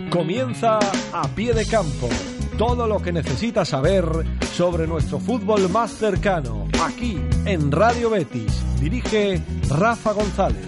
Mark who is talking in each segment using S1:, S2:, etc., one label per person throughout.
S1: Comienza A Pie de Campo. Todo lo que necesitas saber sobre nuestro fútbol más cercano, aquí en Radio Betis. Dirige Rafa González.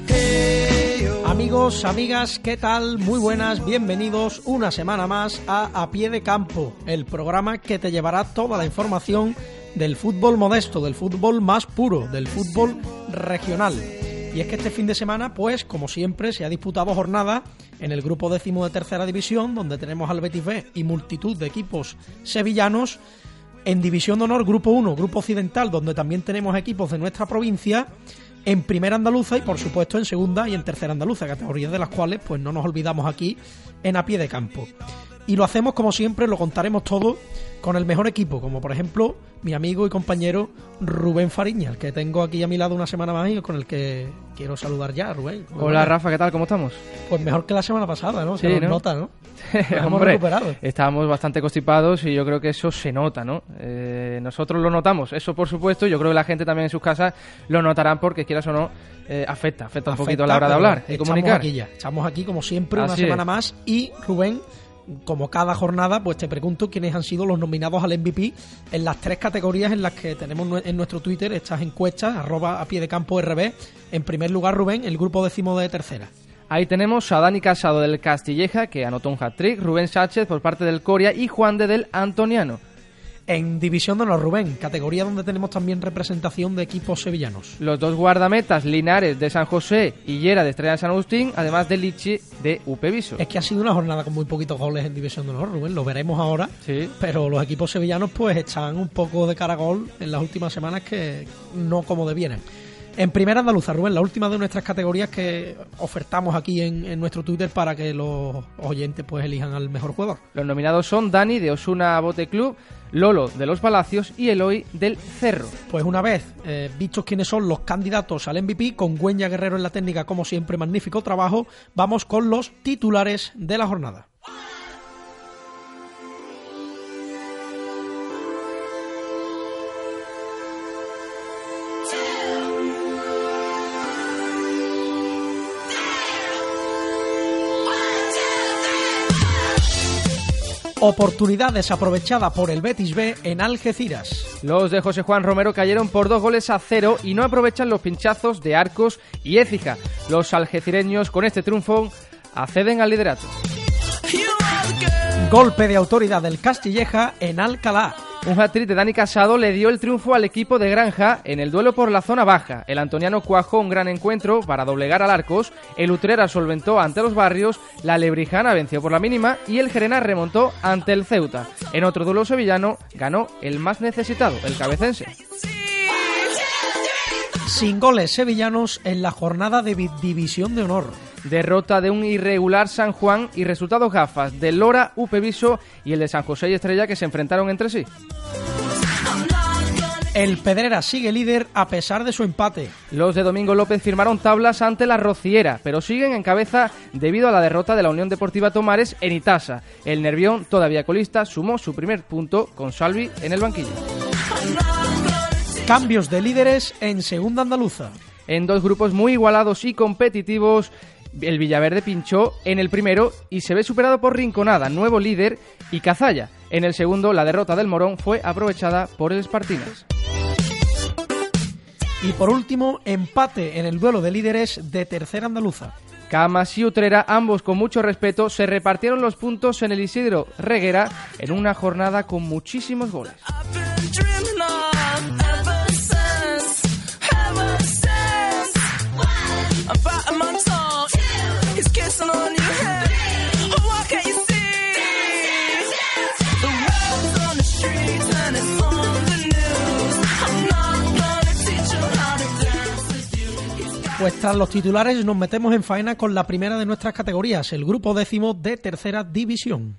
S2: Amigos, amigas, ¿qué tal? Muy buenas, bienvenidos una semana más a Pie de Campo, el programa que te llevará toda la información del fútbol modesto, del fútbol más puro, del fútbol regional. Y es que este fin de semana, pues, como siempre, se ha disputado jornada en el grupo 10º de tercera división, donde tenemos al Betis B y multitud de equipos sevillanos. En División de Honor, Grupo 1, Grupo Occidental, donde también tenemos equipos de nuestra provincia. En Primera Andaluza y, por supuesto, en Segunda y en Tercera Andaluza, categorías de las cuales pues no nos olvidamos aquí en A Pie de Campo. Y lo hacemos, como siempre, lo contaremos todo con el mejor equipo, como por ejemplo mi amigo y compañero Rubén Fariña, el que tengo aquí a mi lado una semana más y con el que quiero saludar ya, Rubén.
S3: Hola, Rafa, ¿qué tal? ¿Cómo estamos?
S2: Pues mejor que la semana pasada, ¿no? Se
S3: sí,
S2: nos
S3: ¿no?
S2: nota, ¿no? Nos hemos
S3: Hombre,
S2: recuperado.
S3: estábamos bastante constipados y yo creo que eso se nota, ¿no? Nosotros lo notamos, eso por supuesto, yo creo que la gente también en sus casas lo notarán porque, quieras o no, afecta un poquito a la hora de hablar y comunicar.
S2: Estamos aquí como siempre una
S3: Así
S2: semana
S3: es.
S2: más y, Rubén, como cada jornada, pues te pregunto quiénes han sido los nominados al MVP en las tres categorías en las que tenemos en nuestro Twitter estas encuestas, @apiedecampo_rb. En primer lugar, Rubén, el grupo 10º de tercera.
S3: Ahí tenemos a Dani Casado del Castilleja, que anotó un hat-trick, Rubén Sánchez por parte del Coria y Juan de del Antoniano.
S2: En División de Honor, Rubén, categoría donde tenemos también representación de equipos sevillanos.
S3: Los dos guardametas, Linares de San José y Llera de Estrella de San Agustín, además de Lichi de Upeviso.
S2: Es que ha sido una jornada con muy poquitos goles en División de Honor, Rubén, lo veremos ahora.
S3: Sí.
S2: Pero los equipos sevillanos pues están un poco de cara a gol en las últimas semanas, que no como devienen. En Primera Andaluza, Rubén, la última de nuestras categorías que ofertamos aquí en nuestro Twitter para que los oyentes pues elijan al mejor jugador.
S3: Los nominados son Dani de Osuna Bote Club, Lolo de Los Palacios y Eloy del Cerro.
S2: Pues una vez vistos quiénes son los candidatos al MVP, con Güeña Guerrero en la técnica, como siempre, magnífico trabajo, vamos con los titulares de la jornada. Oportunidad desaprovechada por el Betis B en Algeciras.
S3: Los de José Juan Romero cayeron por 2-0 y no aprovechan los pinchazos de Arcos y Écija. Los algecireños con este triunfo acceden al liderato.
S2: Golpe de autoridad del Castilleja en Alcalá.
S3: Un hat-trick de Dani Casado le dio el triunfo al equipo de Granja en el duelo por la zona baja. El antoniano cuajó un gran encuentro para doblegar al Arcos, el Utrera solventó ante los Barrios, la Lebrijana venció por la mínima y el Gerena remontó ante el Ceuta. En otro duelo sevillano ganó el más necesitado, el cabecense.
S2: Sin goles sevillanos en la jornada de División de Honor.
S3: Derrota de un irregular San Juan y resultados gafas del Lora, Upeviso y el de San José y Estrella, que se enfrentaron entre sí.
S2: El Pedrera sigue líder a pesar de su empate.
S3: Los de Domingo López firmaron tablas ante la Rociera, pero siguen en cabeza debido a la derrota de la Unión Deportiva Tomares en Itasa. El Nervión, todavía colista, sumó su primer punto con Salvi en el banquillo.
S2: Cambios de líderes en Segunda Andaluza.
S3: En dos grupos muy igualados y competitivos, el Villaverde pinchó en el primero y se ve superado por Rinconada, nuevo líder, y Cazalla. En el segundo, la derrota del Morón fue aprovechada por el Espartinas.
S2: Y por último, empate en el duelo de líderes de Tercera Andaluza.
S3: Camas y Utrera, ambos con mucho respeto, se repartieron los puntos en el Isidro Reguera en una jornada con muchísimos goles.
S2: Pues tras los titulares nos metemos en faena con la primera de nuestras categorías, el grupo 10º de tercera división.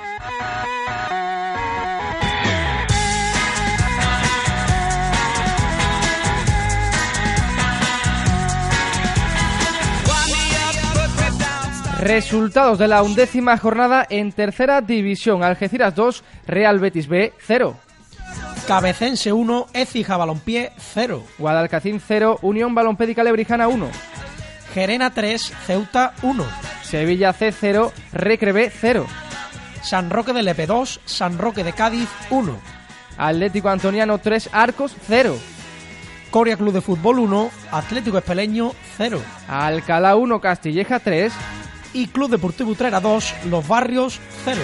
S3: Resultados de la 11ª jornada en tercera división. Algeciras 2, Real Betis B 0.
S2: Cabecense 1, Écija Balompié 0.
S3: Guadalcacín 0, Unión Balompédica Lebrijana 1.
S2: Gerena 3, Ceuta 1.
S3: Sevilla C 0, Recre B 0.
S2: San Roque de Lepe 2, San Roque de Cádiz 1.
S3: Atlético Antoniano 3, Arcos 0.
S2: Coria Club de Fútbol 1, Atlético Espeleño 0.
S3: Alcalá 1, Castilleja 3.
S2: Y Club Deportivo Utrera 2, Los Barrios 0.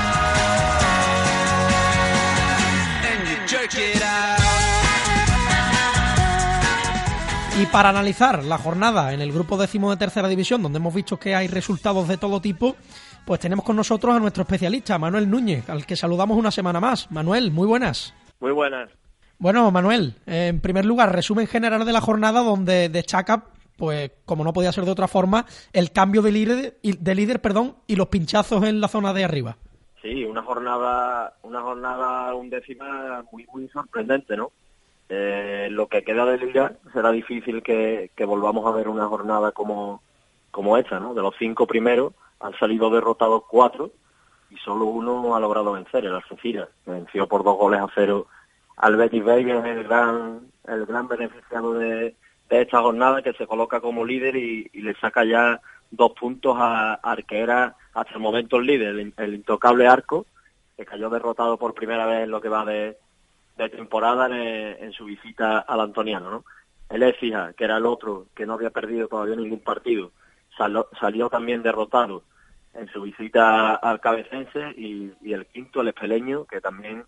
S2: Y para analizar la jornada en el grupo 10º de tercera división, donde hemos visto que hay resultados de todo tipo, pues tenemos con nosotros a nuestro especialista, Manuel Núñez, al que saludamos una semana más. Manuel, muy buenas.
S4: Muy buenas.
S2: Bueno, Manuel, en primer lugar, resumen general de la jornada, donde destaca, pues como no podía ser de otra forma, el cambio de líder, y los pinchazos en la zona de arriba.
S4: Sí, una jornada undécima muy sorprendente, ¿no? Lo que queda de liga será difícil que volvamos a ver una jornada como esta, ¿no? De los 5 primeros han salido derrotados 4 y solo uno ha logrado vencer, el Algeciras, que venció por 2-0 al Betis B, que es el gran beneficiado de esta jornada, que se coloca como líder y le saca ya 2 puntos al que era hasta el momento el líder, el intocable Arco, que cayó derrotado por primera vez en lo que va de temporada en su visita al Antoniano, ¿no? El Écija, que era el otro que no había perdido todavía ningún partido, salió también derrotado en su visita al Cabecense, y el quinto, el Espeleño, que también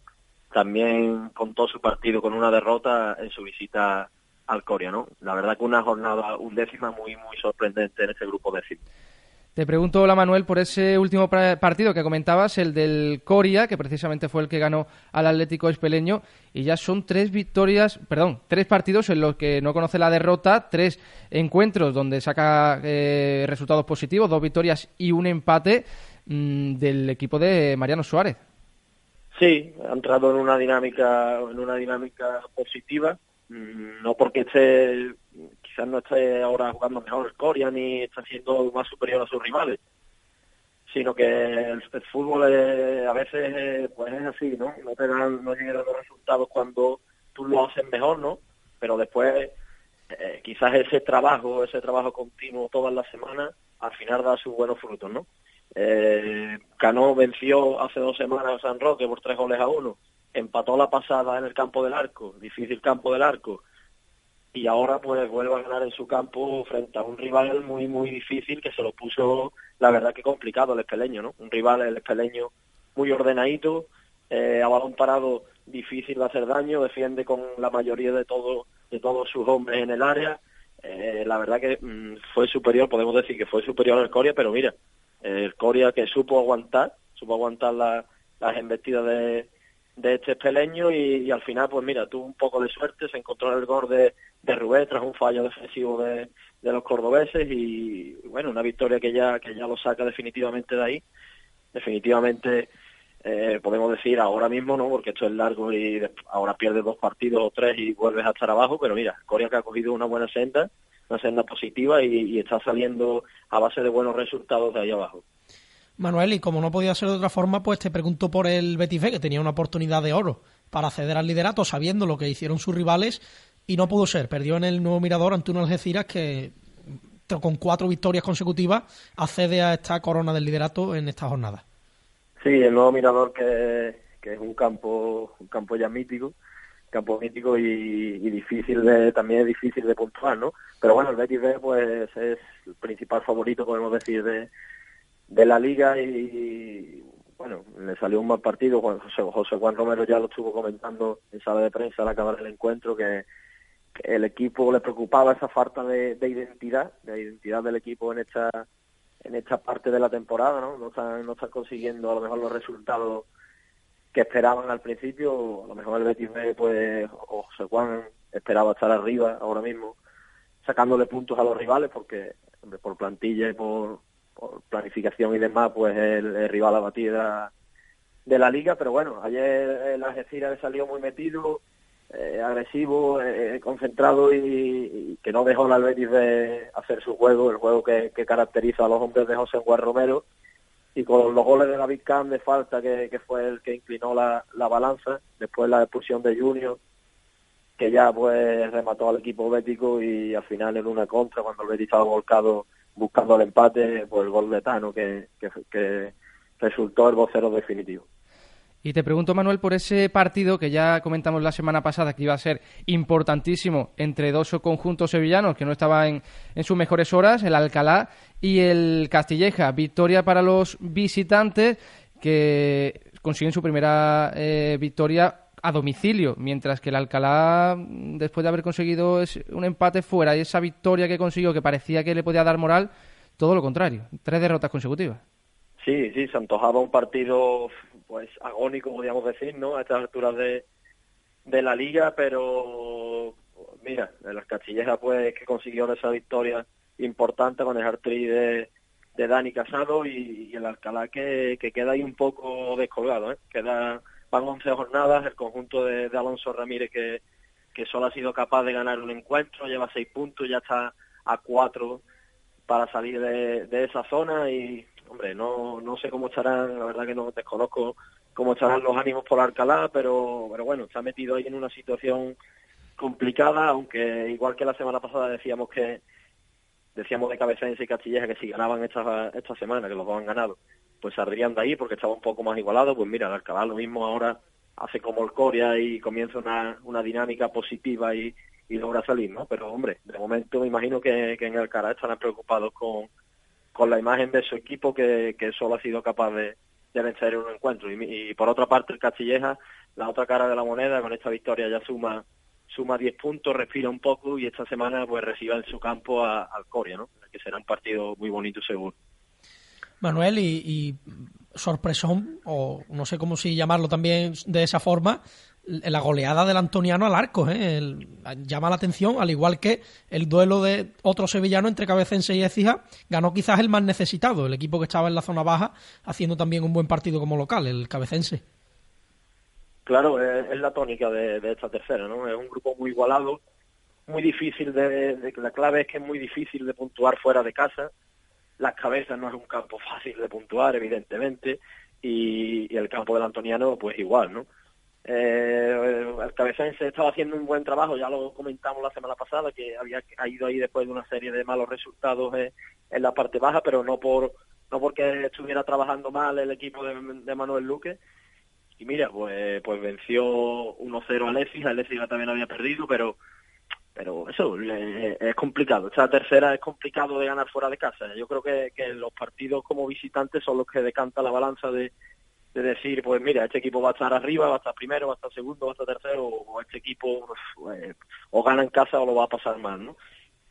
S4: contó su partido con una derrota en su visita al Coria, ¿no? La verdad que una jornada undécima muy sorprendente en ese grupo décimo.
S3: Te pregunto, hola Manuel, por ese último partido que comentabas, el del Coria, que precisamente fue el que ganó al Atlético Espeleño, y ya son 3 partidos en los que no conoce la derrota, 3 encuentros donde saca resultados positivos, 2 victorias y un empate del equipo de Mariano Suárez.
S4: Sí, ha entrado en una dinámica positiva, no porque quizás no esté ahora jugando mejor el Coria ni está siendo más superior a sus rivales, sino que el fútbol a veces pues es así, ¿no? No llegan los resultados cuando tú lo haces mejor, ¿no? Pero después quizás ese trabajo continuo todas las semanas al final da sus buenos frutos, ¿no? Cano venció hace 2 semanas a San Roque por 3-1, empató la pasada en el campo del Arco, difícil campo del Arco, y ahora pues vuelve a ganar en su campo frente a un rival muy difícil, que se lo puso, la verdad que complicado, el Espeleño, ¿no? Un rival, el Espeleño, muy ordenadito, a balón parado difícil de hacer daño, defiende con la mayoría de todos sus hombres en el área. La verdad que fue superior, podemos decir que fue superior al Coria, pero mira, el Coria que supo aguantar las embestidas de este Espeleño, y al final pues mira, tuvo un poco de suerte, se encontró en el gol de Rubén tras un fallo defensivo de los cordobeses, y bueno, una victoria que ya lo saca definitivamente de ahí. Definitivamente podemos decir ahora mismo, no, porque esto es largo y ahora pierdes 2 partidos o 3 y vuelves a estar abajo, pero mira, Coria que ha cogido una buena senda positiva y está saliendo a base de buenos resultados de ahí abajo.
S2: Manuel, y como no podía ser de otra forma, pues te pregunto por el Betis B, que tenía una oportunidad de oro para acceder al liderato, sabiendo lo que hicieron sus rivales, y no pudo ser. Perdió en el Nuevo Mirador ante un Algeciras que, con 4 victorias consecutivas, accede a esta corona del liderato en esta jornada.
S4: Sí, el Nuevo Mirador, que es un campo ya mítico, y también es difícil de puntuar, ¿no? Pero bueno, el Betis B pues es el principal favorito, podemos decir, de la liga, y bueno, le salió un mal partido. José Juan Romero ya lo estuvo comentando en sala de prensa al acabar el encuentro, que el equipo le preocupaba esa falta de identidad del equipo en esta parte de la temporada, ¿no? No están consiguiendo a lo mejor los resultados que esperaban al principio. A lo mejor el Betis B, pues, o José Juan esperaba estar arriba ahora mismo, sacándole puntos a los rivales, porque hombre, por plantilla y por planificación y demás, pues el rival a batir de la liga. Pero bueno, ayer el Algeciras salió muy metido, agresivo, concentrado, y que no dejó al Betis de hacer su juego, el juego que caracteriza a los hombres de José Juan Romero, y con los goles de David Camp de falta, que fue el que inclinó la balanza, después la expulsión de Junior, que ya pues remató al equipo bético, y al final en una contra, cuando el Betis estaba volcado buscando el empate por el gol de Tano, que resultó el 2-0 definitivo.
S3: Y te pregunto, Manuel, por ese partido que ya comentamos la semana pasada que iba a ser importantísimo entre dos conjuntos sevillanos que no estaban en sus mejores horas, el Alcalá y el Castilleja. Victoria para los visitantes que consiguen su primera victoria a domicilio, mientras que el Alcalá, después de haber conseguido un empate fuera y esa victoria que consiguió que parecía que le podía dar moral, todo lo contrario, 3 derrotas consecutivas.
S4: Sí, se antojaba un partido pues agónico, podríamos decir, ¿no? A estas alturas de la liga, pero mira, el Castilleja pues que consiguió esa victoria importante con el hat-trick de Dani Casado y el Alcalá que queda ahí un poco descolgado, van 11 jornadas, el conjunto de Alonso Ramírez que solo ha sido capaz de ganar un encuentro, lleva 6 puntos, ya está a 4 para salir de esa zona y hombre, no sé cómo estarán, la verdad que no desconozco cómo estarán los ánimos por Alcalá, pero bueno, está metido ahí en una situación complicada, aunque igual que la semana pasada decíamos de Cabecense y Castilleja que si ganaban esta semana, que los dos han ganado, pues saldrían de ahí porque estaba un poco más igualado. Pues mira, el Alcalá lo mismo ahora hace como el Coria y comienza una dinámica positiva y logra salir, ¿no? Pero hombre, de momento me imagino que en el Alcalá estarán preocupados con la imagen de su equipo que solo ha sido capaz de vencer en un encuentro. Y por otra parte el Castilleja, la otra cara de la moneda, con esta victoria ya suma 10 puntos, respira un poco y esta semana pues reciba en su campo al Coria, ¿no? Que será un partido muy bonito seguro.
S2: Manuel, y sorpresón, o no sé cómo si llamarlo también de esa forma, la goleada del Antoniano al Arcos, llama la atención, al igual que el duelo de otro sevillano entre Cabecense y Écija, ganó quizás el más necesitado, el equipo que estaba en la zona baja, haciendo también un buen partido como local, el Cabecense.
S4: Claro, es la tónica de esta tercera, ¿no? Es un grupo muy igualado, muy difícil la clave es que es muy difícil de puntuar fuera de casa. Las Cabezas no es un campo fácil de puntuar, evidentemente, y el campo del Antoniano, pues igual, ¿no? El Cabecense estaba haciendo un buen trabajo, ya lo comentamos la semana pasada, que ha ido ahí después de una serie de malos resultados en la parte baja, pero no porque estuviera trabajando mal el equipo de Manuel Luque. Y mira, pues venció 1-0 al Écija, el Écija también había perdido, pero eso es complicado. Esta tercera es complicado de ganar fuera de casa. Yo creo que los partidos como visitantes son los que decantan la balanza de decir, pues mira, este equipo va a estar arriba, va a estar primero, va a estar segundo, va a estar tercero, o este equipo o gana en casa o lo va a pasar mal, ¿no?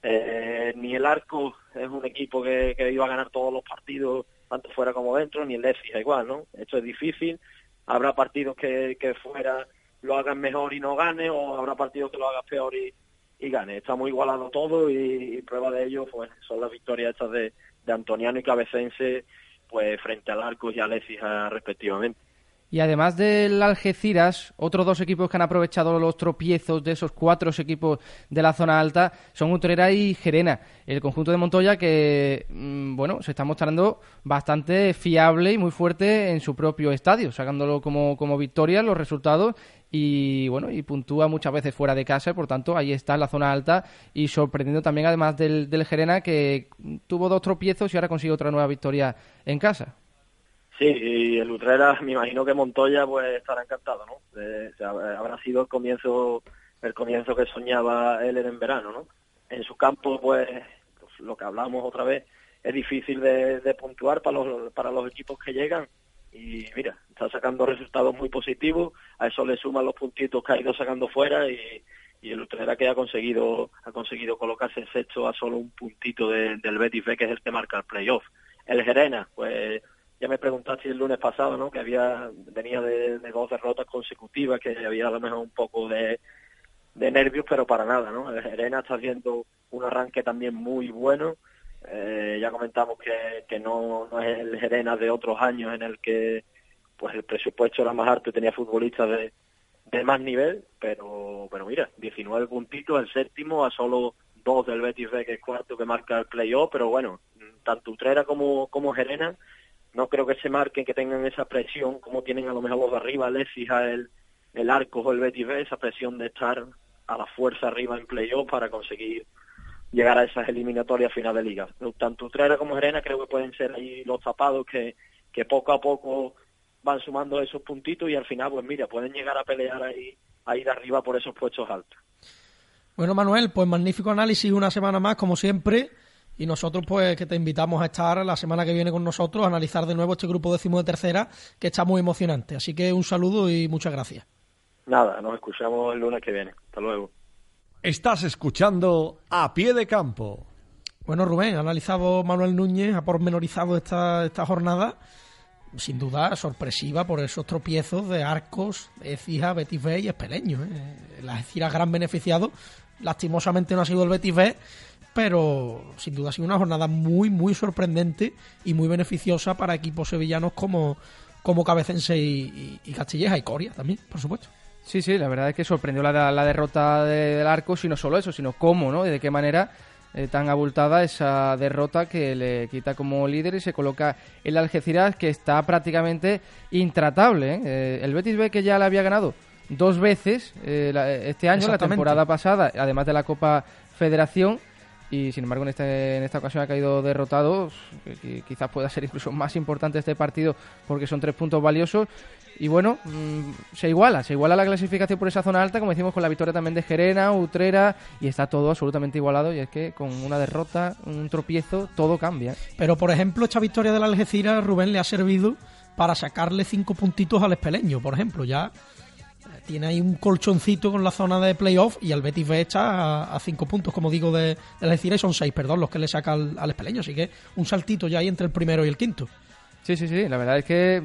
S4: Ni el Arco es un equipo que iba a ganar todos los partidos, tanto fuera como dentro, ni el Écija igual, ¿no? Esto es difícil. Habrá partidos que fuera lo hagan mejor y no gane, o habrá partidos que lo hagan peor y gane. Está muy igualado todo y prueba de ello pues son las victorias estas de Antoniano y Cabecense pues frente al Arcos y al Écija respectivamente.
S3: Y además del Algeciras, otros dos equipos que han aprovechado los tropiezos de esos 4 equipos de la zona alta son Utrera y Gerena. El conjunto de Montoya que, se está mostrando bastante fiable y muy fuerte en su propio estadio, sacándolo como victoria los resultados y puntúa muchas veces fuera de casa, por tanto ahí está en la zona alta y sorprendiendo también además del Gerena que tuvo 2 tropiezos y ahora consigue otra nueva victoria en casa.
S4: Sí, y el Utrera, me imagino que Montoya pues estará encantado, ¿no? Habrá sido el comienzo que soñaba él en verano, ¿no? En su campo, pues lo que hablamos otra vez, es difícil de puntuar para los equipos que llegan y mira, está sacando resultados muy positivos, a eso le suman los puntitos que ha ido sacando fuera y el Utrera que ha conseguido colocarse en sexto a solo un puntito del Betis B, que es el que marca el playoff. El Gerena, pues ya me preguntaste el lunes pasado, ¿no? Que venía de 2 derrotas consecutivas, que había a lo mejor un poco de nervios, pero para nada, ¿no? El Gerena está haciendo un arranque también muy bueno. Ya comentamos que no es el Gerena de otros años en el que pues el presupuesto era más alto y tenía futbolistas de más nivel, pero mira, 19 puntitos, el séptimo, a solo 2 del Betis B, que es cuarto, que marca el playoff, pero bueno, tanto Utrera como Gerena no creo que se marquen, que tengan esa presión como tienen a lo mejor los de arriba, el Écija, el Arcos o el Betis B, esa presión de estar a la fuerza arriba en playoff para conseguir llegar a esas eliminatorias final de liga. Tanto Utrera como Gerena creo que pueden ser ahí los tapados que poco a poco van sumando esos puntitos y al final, pues mira, pueden llegar a pelear ahí de arriba por esos puestos altos.
S2: Bueno, Manuel, pues magnífico análisis una semana más, como siempre, y nosotros pues que te invitamos a estar la semana que viene con nosotros a analizar de nuevo este grupo 10º de tercera, que está muy emocionante. Así que un saludo y muchas gracias.
S4: Nada, nos escuchamos el lunes que viene. Hasta luego.
S1: Estás escuchando A Pie de Campo.
S2: Bueno, Rubén, ha analizado Manuel Núñez, ha pormenorizado esta jornada, sin duda sorpresiva por esos tropiezos de Arcos, Écija, Betis B y Espeleño. Las Éciras gran beneficiado, lastimosamente no ha sido el Betis B, pero sin duda ha sido una jornada muy, muy sorprendente y muy beneficiosa para equipos sevillanos como Cabecense y Castilleja y Coria también, por supuesto.
S3: Sí, la verdad es que sorprendió la derrota del Arcos, y no solo eso, sino cómo, ¿no? Y de qué manera tan abultada esa derrota que le quita como líder y se coloca el Algeciras, que está prácticamente intratable. El Betis B, que ya le había ganado 2 veces este año, la temporada pasada, además de la Copa Federación, y sin embargo en esta ocasión ha caído derrotado, que quizás pueda ser incluso más importante este partido porque son 3 puntos valiosos. Y bueno, se iguala la clasificación por esa zona alta, como decimos, con la victoria también de Gerena, Utrera, y está todo absolutamente igualado, y es que con una derrota, un tropiezo, todo cambia.
S2: Pero por ejemplo, esta victoria del Algeciras, Rubén, le ha servido para sacarle 5 puntitos al Espeleño, por ejemplo. Ya tiene ahí un colchoncito con la zona de playoff, y el Betis B está a 5 puntos, como digo, de Algeciras, y son 6, los que le saca al Espeleño, así que un saltito ya ahí entre el primero y el quinto.
S3: Sí, la verdad es que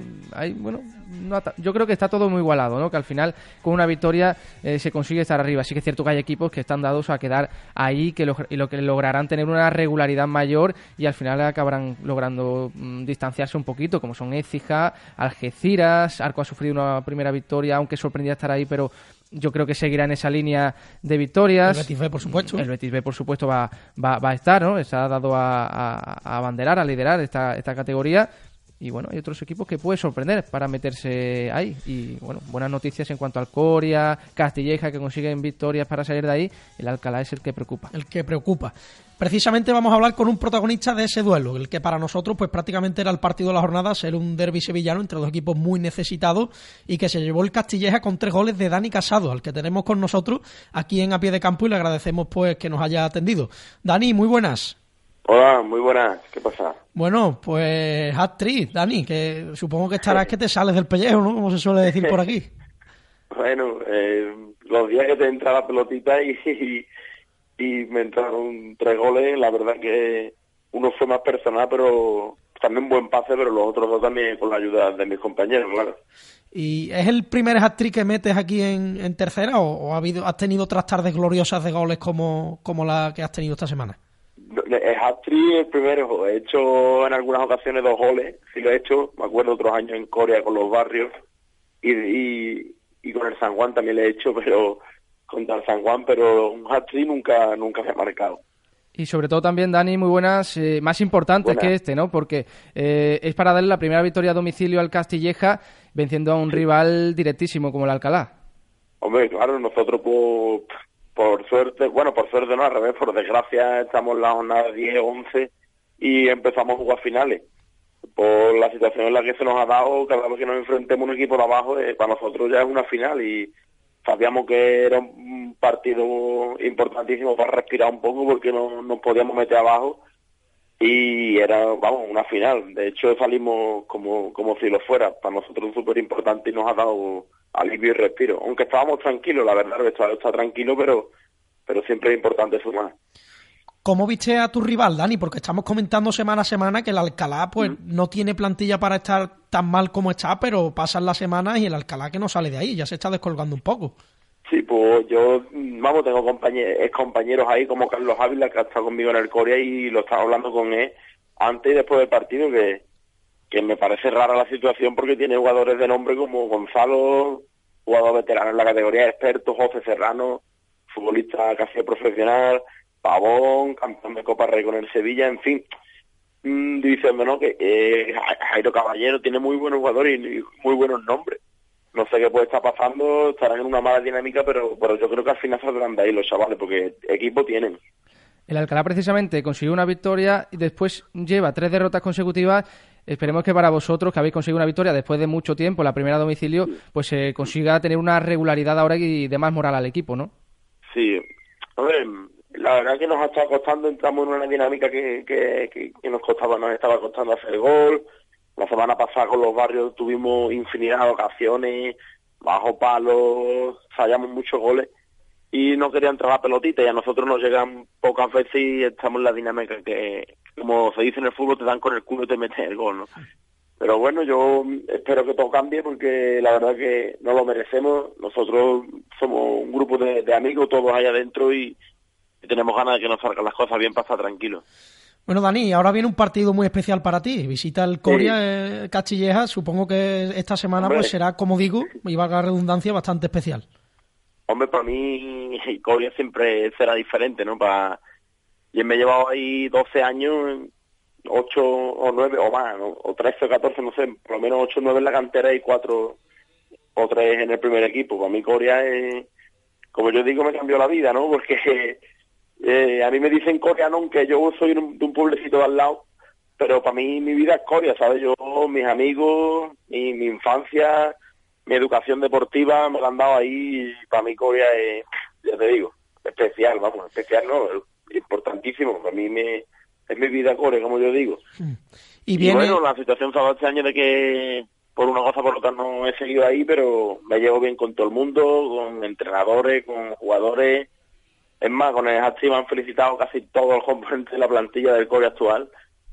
S3: yo creo que está todo muy igualado, ¿no? Que al final con una victoria se consigue estar arriba. Sí que es cierto que hay equipos que están dados a quedar ahí, y lo que lograrán tener una regularidad mayor y al final acabarán logrando distanciarse un poquito, como son Écija, Algeciras. Arco ha sufrido una primera victoria, aunque sorprendía estar ahí, pero yo creo que seguirá en esa línea de victorias.
S2: El Betis B, por supuesto.
S3: El Betis B, por supuesto, va a estar, ¿no? Está dado a abanderar, a liderar esta categoría. Y bueno, hay otros equipos que puede sorprender para meterse ahí. Y bueno, buenas noticias en cuanto al Coria, Castilleja, que consiguen victorias para salir de ahí. El Alcalá es el que preocupa. Precisamente vamos a hablar con un protagonista de ese duelo, el que para nosotros pues prácticamente era el partido de la jornada, ser un derbi sevillano entre dos equipos muy necesitados, y que se llevó el Castilleja con 3 goles de Dani Casado, al que tenemos con nosotros aquí en A Pie de Campo, y le agradecemos pues que nos haya atendido. Dani, muy buenas.
S5: Hola, muy buenas. ¿Qué pasa?
S2: Bueno, pues actriz, Dani, que supongo que estarás que te sales del pellejo, ¿no? Como se suele decir por aquí.
S5: Bueno, los días que te entra la pelotita y me entraron 3 goles, la verdad que uno fue más personal, pero también buen pase, pero los otros 2 también con la ayuda de mis compañeros, claro. ¿Y
S2: es el primer hat-trick que metes aquí en tercera, o has tenido otras tardes gloriosas de goles como la que has tenido esta semana?
S5: El hat-trick el primero. He hecho en algunas ocasiones 2 goles, sí lo he hecho. Me acuerdo otros años en Coria con los Barrios y con el San Juan también lo he hecho, pero contra el San Juan, pero un hat-trick nunca me ha marcado.
S3: Y sobre todo también, Dani, muy buenas, más importantes que este, ¿no? Porque es para darle la primera victoria a domicilio al Castilleja, venciendo a un rival directísimo como el Alcalá.
S5: Hombre, claro, nosotros por suerte no, al revés, por desgracia estamos en la jornada 10, 11 y empezamos a jugar finales. Por la situación en la que se nos ha dado, cada vez que nos enfrentemos a un equipo de abajo, para nosotros ya es una final, y sabíamos que era un partido importantísimo para respirar un poco porque no nos podíamos meter abajo, y era, una final. De hecho salimos como si lo fuera. Para nosotros súper importante y nos ha dado alivio y respiro, aunque estábamos tranquilos, la verdad, el vestuario está tranquilo, pero siempre es importante sumar.
S2: ¿Cómo viste a tu rival, Dani? Porque estamos comentando semana a semana que el Alcalá pues no tiene plantilla para estar tan mal como está, pero pasan las semanas y el Alcalá que no sale de ahí, ya se está descolgando un poco.
S5: Sí, pues yo, tengo compañeros ahí como Carlos Ávila, que ha estado conmigo en el Coria, y lo estaba hablando con él antes y después del partido, que me parece rara la situación porque tiene jugadores de nombre como Gonzalo, jugador veterano en la categoría de expertos, José Serrano, futbolista casi profesional, Pavón, campeón de Copa Rey con el Sevilla, en fin. Diciendo, ¿no?, que Jairo Caballero tiene muy buenos jugadores y muy buenos nombres. No sé qué puede estar pasando, estarán en una mala dinámica, pero yo creo que al final saldrán de ahí los chavales, porque equipo tienen.
S3: El Alcalá precisamente consiguió una victoria y después lleva 3 derrotas consecutivas. Esperemos que para vosotros, que habéis conseguido una victoria después de mucho tiempo, la primera a domicilio, pues se consiga tener una regularidad ahora y de más moral al equipo, ¿no?
S5: Sí, a ver, la verdad que nos ha estado costando, entramos en una dinámica que nos estaba costando hacer gol. La semana pasada con los barrios tuvimos infinidad de ocasiones, bajo palos, fallamos muchos goles y no querían entrar la pelotita y a nosotros nos llegan pocas veces y estamos en la dinámica que, como se dice en el fútbol, te dan con el culo y te meten el gol, ¿no? Pero bueno, yo espero que todo cambie porque la verdad que no lo merecemos. Nosotros somos un grupo de amigos, todos allá adentro y tenemos ganas de que nos salgan las cosas bien para estar tranquilos.
S2: Bueno, Dani, ahora viene un partido muy especial para ti. Visita el Coria, Castilleja. Supongo que esta semana pues será, como digo, y valga la redundancia, bastante especial.
S5: Hombre, para mí Coria siempre será diferente, ¿no? Yo me he llevado ahí 12 años, 8 o 9 o más, ¿no? O 13 o 14, no sé, por lo menos 8 o 9 en la cantera y 4 o 3 en el primer equipo. Para mí Coria es, como yo digo, me cambió la vida, ¿no? Porque a mí me dicen Coria, no, aunque yo soy de un pueblecito de al lado, pero para mí mi vida es Coria, ¿sabes? Yo, mis amigos, mi infancia, mi educación deportiva me la han dado ahí y para mí Coria es, ya te digo, especial, vamos, especial no, importantísimo, para mí es mi vida Coria, como yo digo. Y bueno, la situación se ha dado este año de que por una cosa por otra no he seguido ahí, pero me llevo bien con todo el mundo, con entrenadores, con jugadores. Es más, con el Hasti me han felicitado casi todos los componentes de la plantilla del Coria actual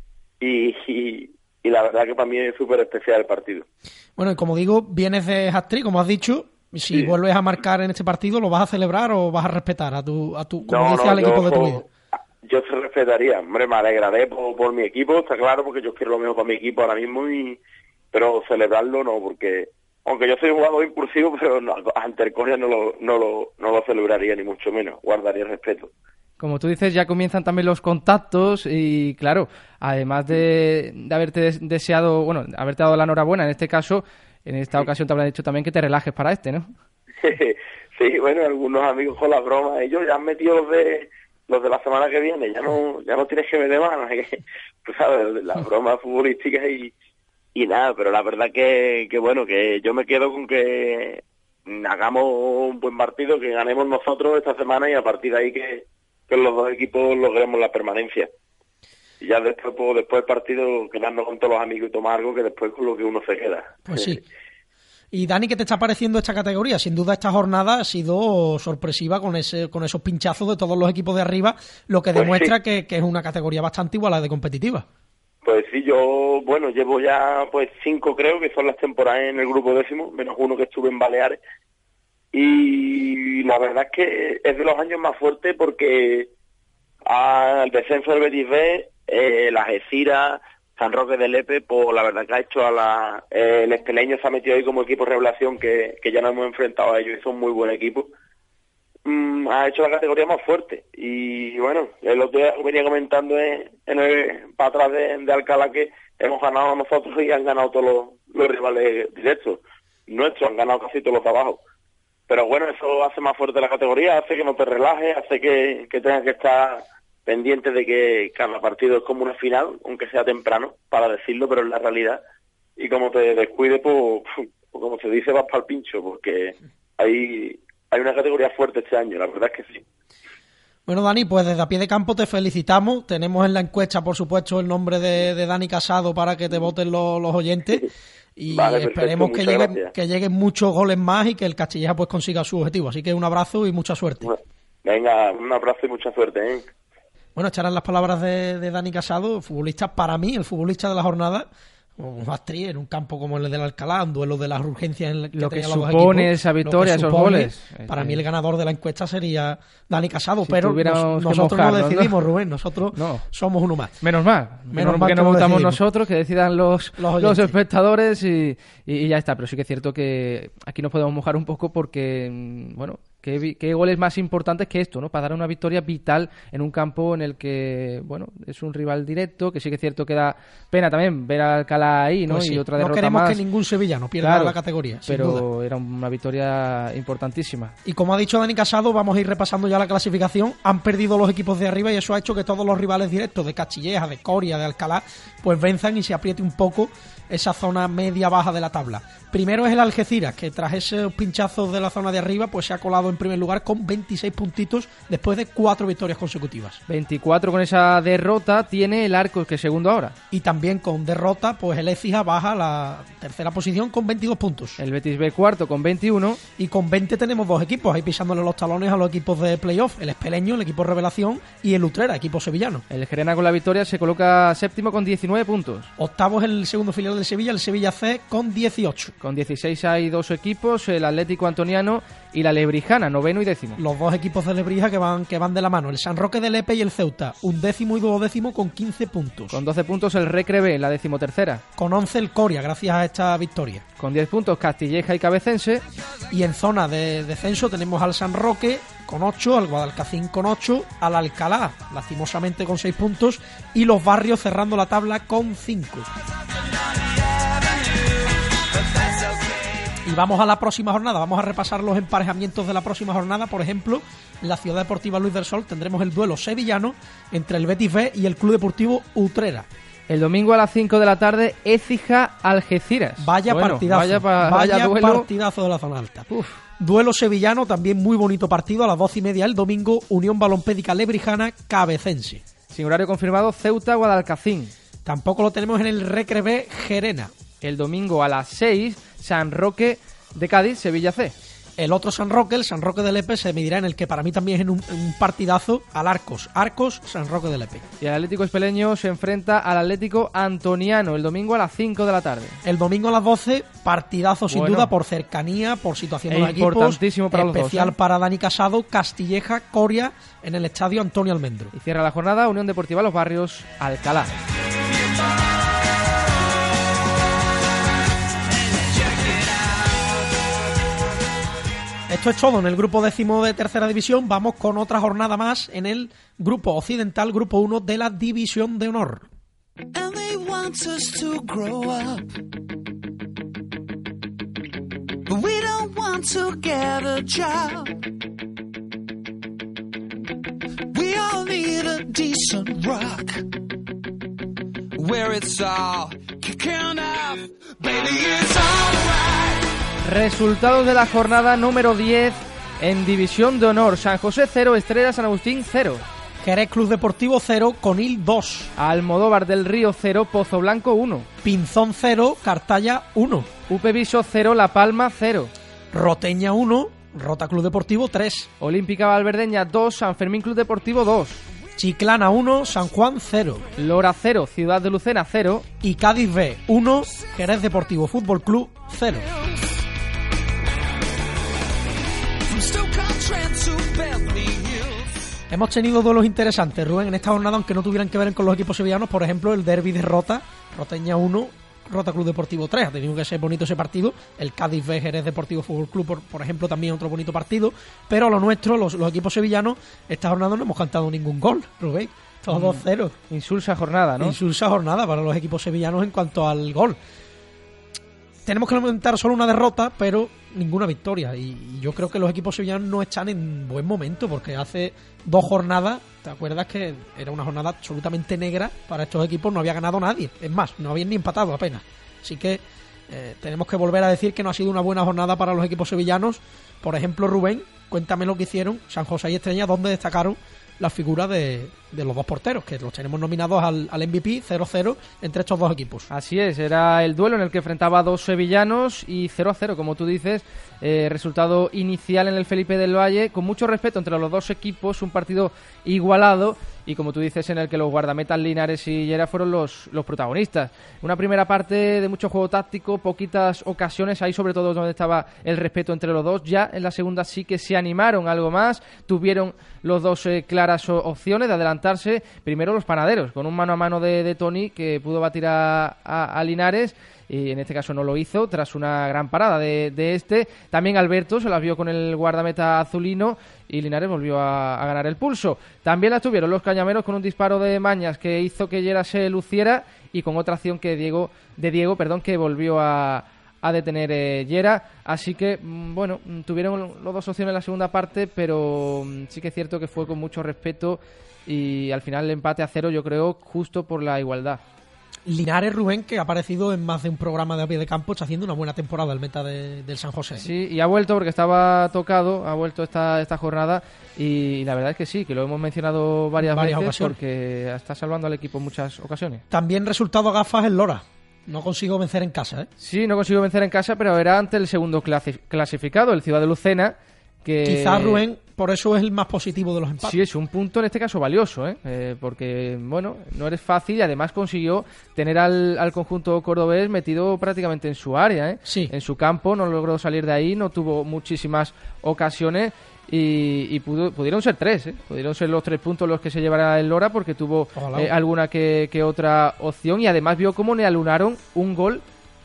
S5: y la verdad que para mí es súper especial el partido. Bueno, y como digo, vienes de hat-trick, como has dicho. Si vuelves a marcar en este partido, ¿lo vas a celebrar o vas a respetar a tu como dices, al equipo de tu vida? Yo se respetaría, hombre, me alegraré por mi equipo, está claro, porque yo quiero lo mejor para mi equipo ahora mismo, pero celebrarlo no, porque aunque yo soy un jugador impulsivo, pero no, ante el Coria no lo celebraría ni mucho menos, guardaría respeto.
S3: Como tú dices, ya comienzan también los contactos y, claro, además de haberte deseado, bueno, haberte dado la enhorabuena, en este caso, en esta ocasión te habrán dicho también que te relajes para ¿no?
S5: Sí, bueno, algunos amigos con la broma, ellos ya han metido los de la semana que viene, ya no tienes que meter manos, tú sabes, las bromas futbolísticas y nada, pero la verdad que bueno, que yo me quedo con que hagamos un buen partido, que ganemos nosotros esta semana y a partir de ahí que los dos equipos logremos la permanencia. Y ya después del partido quedarnos con todos los amigos y tomar algo que después con lo que uno se queda. Pues sí. Y Dani, ¿qué te está pareciendo esta categoría? Sin duda esta jornada ha sido sorpresiva con esos pinchazos de todos los equipos de arriba, lo que demuestra sí, que es una categoría bastante igualada de competitiva. Pues sí, yo, bueno, llevo ya 5 creo, que son las temporadas en el grupo 10º, menos uno que estuve en Baleares. Y la verdad es que es de los años más fuertes porque al descenso del Betis B, la Algeciras, San Roque de Lepe, pues la verdad que ha hecho el Esteleño se ha metido ahí como equipo revelación que ya nos hemos enfrentado a ellos y son muy buen equipo. Ha hecho la categoría más fuerte y bueno, el otro día venía comentando para atrás de Alcalá que hemos ganado nosotros y han ganado todos los rivales directos nuestros, han ganado casi todos los de abajo. Pero bueno, eso hace más fuerte la categoría, hace que no te relajes, hace que tengas que estar pendiente de que cada partido es como una final, aunque sea temprano, para decirlo, pero es la realidad. Y como te descuides, pues como se dice, vas para el pincho, porque hay una categoría fuerte este año, la verdad es que sí. Bueno, Dani, pues desde A Pie de Campo te felicitamos. Tenemos en la encuesta, por supuesto, el nombre de Dani Casado para que te voten los oyentes. Y vale, esperemos que lleguen muchos goles más y que el Castilleja pues consiga su objetivo. Así que un abrazo y mucha suerte. Venga, un abrazo y mucha suerte, Bueno, echarán las palabras de Dani Casado, futbolista para mí, el futbolista de la jornada. Un hat-trick en un campo como el del Alcalá, un duelo de las urgencias en lo que supone esa victoria, esos goles. Para mí el ganador de la encuesta sería Dani Casado, pero nosotros no decidimos, Rubén, nosotros somos uno más. Menos mal que no votamos nosotros, que decidan los espectadores y ya está. Pero sí que es cierto que aquí nos podemos mojar un poco porque, bueno,
S3: ¿Qué goles más importantes que esto, ¿no? Para dar una victoria vital en un campo en el que, bueno, es un rival directo, que sí que es cierto que da pena también ver a Alcalá ahí, ¿no?
S2: Pues sí,
S3: y otra derrota
S2: no queremos
S3: más.
S2: que ningún sevillano pierda la categoría, sin
S3: pero
S2: duda.
S3: Era una victoria importantísima.
S2: Y como ha dicho Dani Casado, vamos a ir repasando ya la clasificación. Han perdido los equipos de arriba y eso ha hecho que todos los rivales directos de Castilleja, de Coria, de Alcalá, pues venzan y se apriete un poco esa zona media-baja de la tabla. Primero es el Algeciras, que tras esos pinchazos de la zona de arriba, pues se ha colado en primer lugar con 26 puntitos después de 4 victorias consecutivas.
S3: 24 con esa derrota tiene el Arcos, que es segundo ahora.
S2: Y también con derrota, pues el Écija baja a la tercera posición con 22 puntos.
S3: El Betis B cuarto con 21.
S2: Y con 20 tenemos 2 equipos, ahí pisándole los talones a los equipos de playoff, el Espeleño, el equipo Revelación, y el Utrera, equipo sevillano.
S3: El Gerena con la victoria se coloca séptimo con 19 puntos.
S2: Octavo es el segundo filial del Sevilla, el Sevilla C, con 18.
S3: Con 16 hay 2 equipos, el Atlético Antoniano y la Lebrijana, noveno y décimo.
S2: Los 2 equipos de Lebrija que van de la mano, el San Roque de Lepe y el Ceuta, 11º y 12º con 15 puntos.
S3: Con 12 puntos el Recre B, la decimotercera.
S2: Con 11 el Coria, gracias a esta victoria.
S3: Con 10 puntos Castilleja y Cabecense.
S2: Y en zona de descenso tenemos al San Roque con 8, al Guadalcacín con 8, al Alcalá, lastimosamente con 6 puntos, y los Barrios cerrando la tabla con 5. Y vamos a la próxima jornada, vamos a repasar los emparejamientos de la próxima jornada. Por ejemplo, en la Ciudad Deportiva Luis del Sol tendremos el duelo sevillano entre el Betis B y el Club Deportivo Utrera.
S3: El domingo a las 5 de la tarde, Écija-Algeciras.
S2: Vaya partidazo, vaya
S3: duelo.
S2: Partidazo de la zona alta. Duelo sevillano, también muy bonito partido, a las 12:30 el domingo, Unión Balompédica Lebrijana Cabecense.
S3: Sin horario confirmado, Ceuta-Guadalcacín.
S2: Tampoco lo tenemos en el Recre B Gerena.
S3: El domingo a las 6, San Roque de Cádiz, Sevilla C.
S2: El otro San Roque, el San Roque de Lepe, se medirá en el que para mí también es un partidazo al Arcos, San Roque de Lepe.
S3: Y el Atlético Espeleño se enfrenta al Atlético Antoniano el domingo a las 5 de la tarde.
S2: El domingo a las 12, partidazo sin duda por cercanía, por situación de los equipos.
S3: Importantísimo para los dos.
S2: Especial para Dani Casado, Castilleja, Coria en el estadio Antonio Almendro.
S3: Y cierra la jornada Unión Deportiva Los Barrios, Alcalá.
S2: Esto es todo en el grupo décimo de tercera división. Vamos con otra jornada más en el grupo occidental, grupo 1 de la División de Honor. And they want us to grow up. But we don't want to get a job. We all need a decent rock. Where it's all kicking off. Baby, it's alright.
S3: Resultados de la jornada número 10 en División de Honor. San José 0, Estrella San Agustín 0.
S2: Jerez Club Deportivo 0, Conil 2.
S3: Almodóvar del Río 0, Pozo Blanco 1.
S2: Pinzón 0, Cartaya 1.
S3: Upe Viso 0, La Palma 0.
S2: Roteña 1, Rota Club Deportivo 3.
S3: Olímpica Valverdeña 2, San Fermín Club Deportivo 2.
S2: Chiclana 1, San Juan 0.
S3: Lora 0, Ciudad de Lucena 0.
S2: Y Cádiz B 1, Jerez Deportivo Fútbol Club 0. Hemos tenido duelos interesantes, Rubén, en esta jornada, aunque no tuvieran que ver con los equipos sevillanos. Por ejemplo, el derbi de Rota, Roteña 1, Rota Club Deportivo 3. Ha tenido que ser bonito ese partido. El Cádiz B, Jerez Deportivo Fútbol Club, por ejemplo, también otro bonito partido. Pero lo nuestro, los equipos sevillanos, esta jornada no hemos cantado ningún gol, Rubén. Todos 2-0.
S3: Insulsa jornada, ¿no?
S2: Insulsa jornada para los equipos sevillanos en cuanto al gol. Tenemos que lamentar solo una derrota, pero ninguna victoria. Y yo creo que los equipos sevillanos no están en buen momento, porque hace 2 jornadas, ¿te acuerdas que era una jornada absolutamente negra para estos equipos? No había ganado nadie. Es más, no habían ni empatado apenas. Así que tenemos que volver a decir que no ha sido una buena jornada para los equipos sevillanos. Por ejemplo, Rubén, cuéntame lo que hicieron San José y Estrella, donde destacaron las figuras de los 2 porteros, que los tenemos nominados al MVP, 0-0 entre estos 2 equipos.
S3: Así es, era el duelo en el que enfrentaba a 2 sevillanos y 0-0, como tú dices, resultado inicial en el Felipe del Valle, con mucho respeto entre los 2 equipos, un partido igualado y, como tú dices, en el que los guardametas Linares y Llera fueron los protagonistas. Una primera parte de mucho juego táctico, poquitas ocasiones, ahí sobre todo donde estaba el respeto entre los dos. Ya en la segunda sí que se animaron algo más, tuvieron los dos claras opciones de adelantarse. Primero los panaderos, con un mano a mano de Toni, que pudo batir a Linares, y en este caso no lo hizo, tras una gran parada de este. También Alberto se las vio con el guardameta azulino, y Linares volvió a ganar el pulso. También las tuvieron los cañameros con un disparo de Mañas que hizo que Llera se luciera, y con otra acción que Diego, que volvió a detener Llera. Así que, bueno, tuvieron las dos opciones en la segunda parte, pero sí que es cierto que fue con mucho respeto, y al final el empate a 0, yo creo, justo por la igualdad.
S2: Linares, Rubén, que ha aparecido en más de un programa de A Pie de Campo, está haciendo una buena temporada el meta del San José.
S3: Sí, y ha vuelto porque estaba tocado, ha vuelto esta jornada, y la verdad es que sí, que lo hemos mencionado varias veces ocasiones, porque está salvando al equipo en muchas ocasiones.
S2: También resultado a gafas el Lora. No consigo vencer en casa, ¿eh?
S3: Sí, no consigo vencer en casa, pero era ante el segundo clasificado, el Ciudad de Lucena, que...
S2: Quizás, Rubén, por eso es el más positivo de los empates.
S3: Sí, es un punto en este caso valioso, porque, bueno, no eres fácil, y además consiguió tener al conjunto cordobés metido prácticamente en su área,
S2: Sí.
S3: En su campo, no logró salir de ahí, no tuvo muchísimas ocasiones, y pudieron ser 3, pudieron ser los 3 puntos los que se llevara el Lora, porque tuvo alguna que otra opción, y además vio cómo le alunaron un gol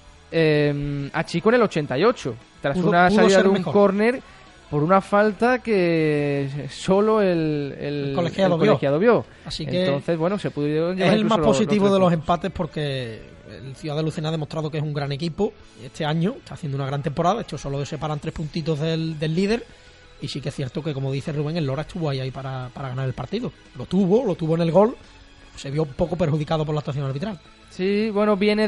S3: a Chico en el 88, tras una salida de un córner por una falta que solo el colegiado vio.
S2: Así que
S3: entonces, bueno, se pudieron llevar.
S2: Es el más positivo de los empates, porque el Ciudad de Lucena ha demostrado que es un gran equipo. Este año está haciendo una gran temporada. De hecho, solo separan 3 puntitos del líder. Y sí que es cierto que, como dice Rubén, el Lora estuvo ahí para ganar el partido. Lo tuvo en el gol. Se vio un poco perjudicado por la actuación arbitral.
S3: Sí, bueno, venía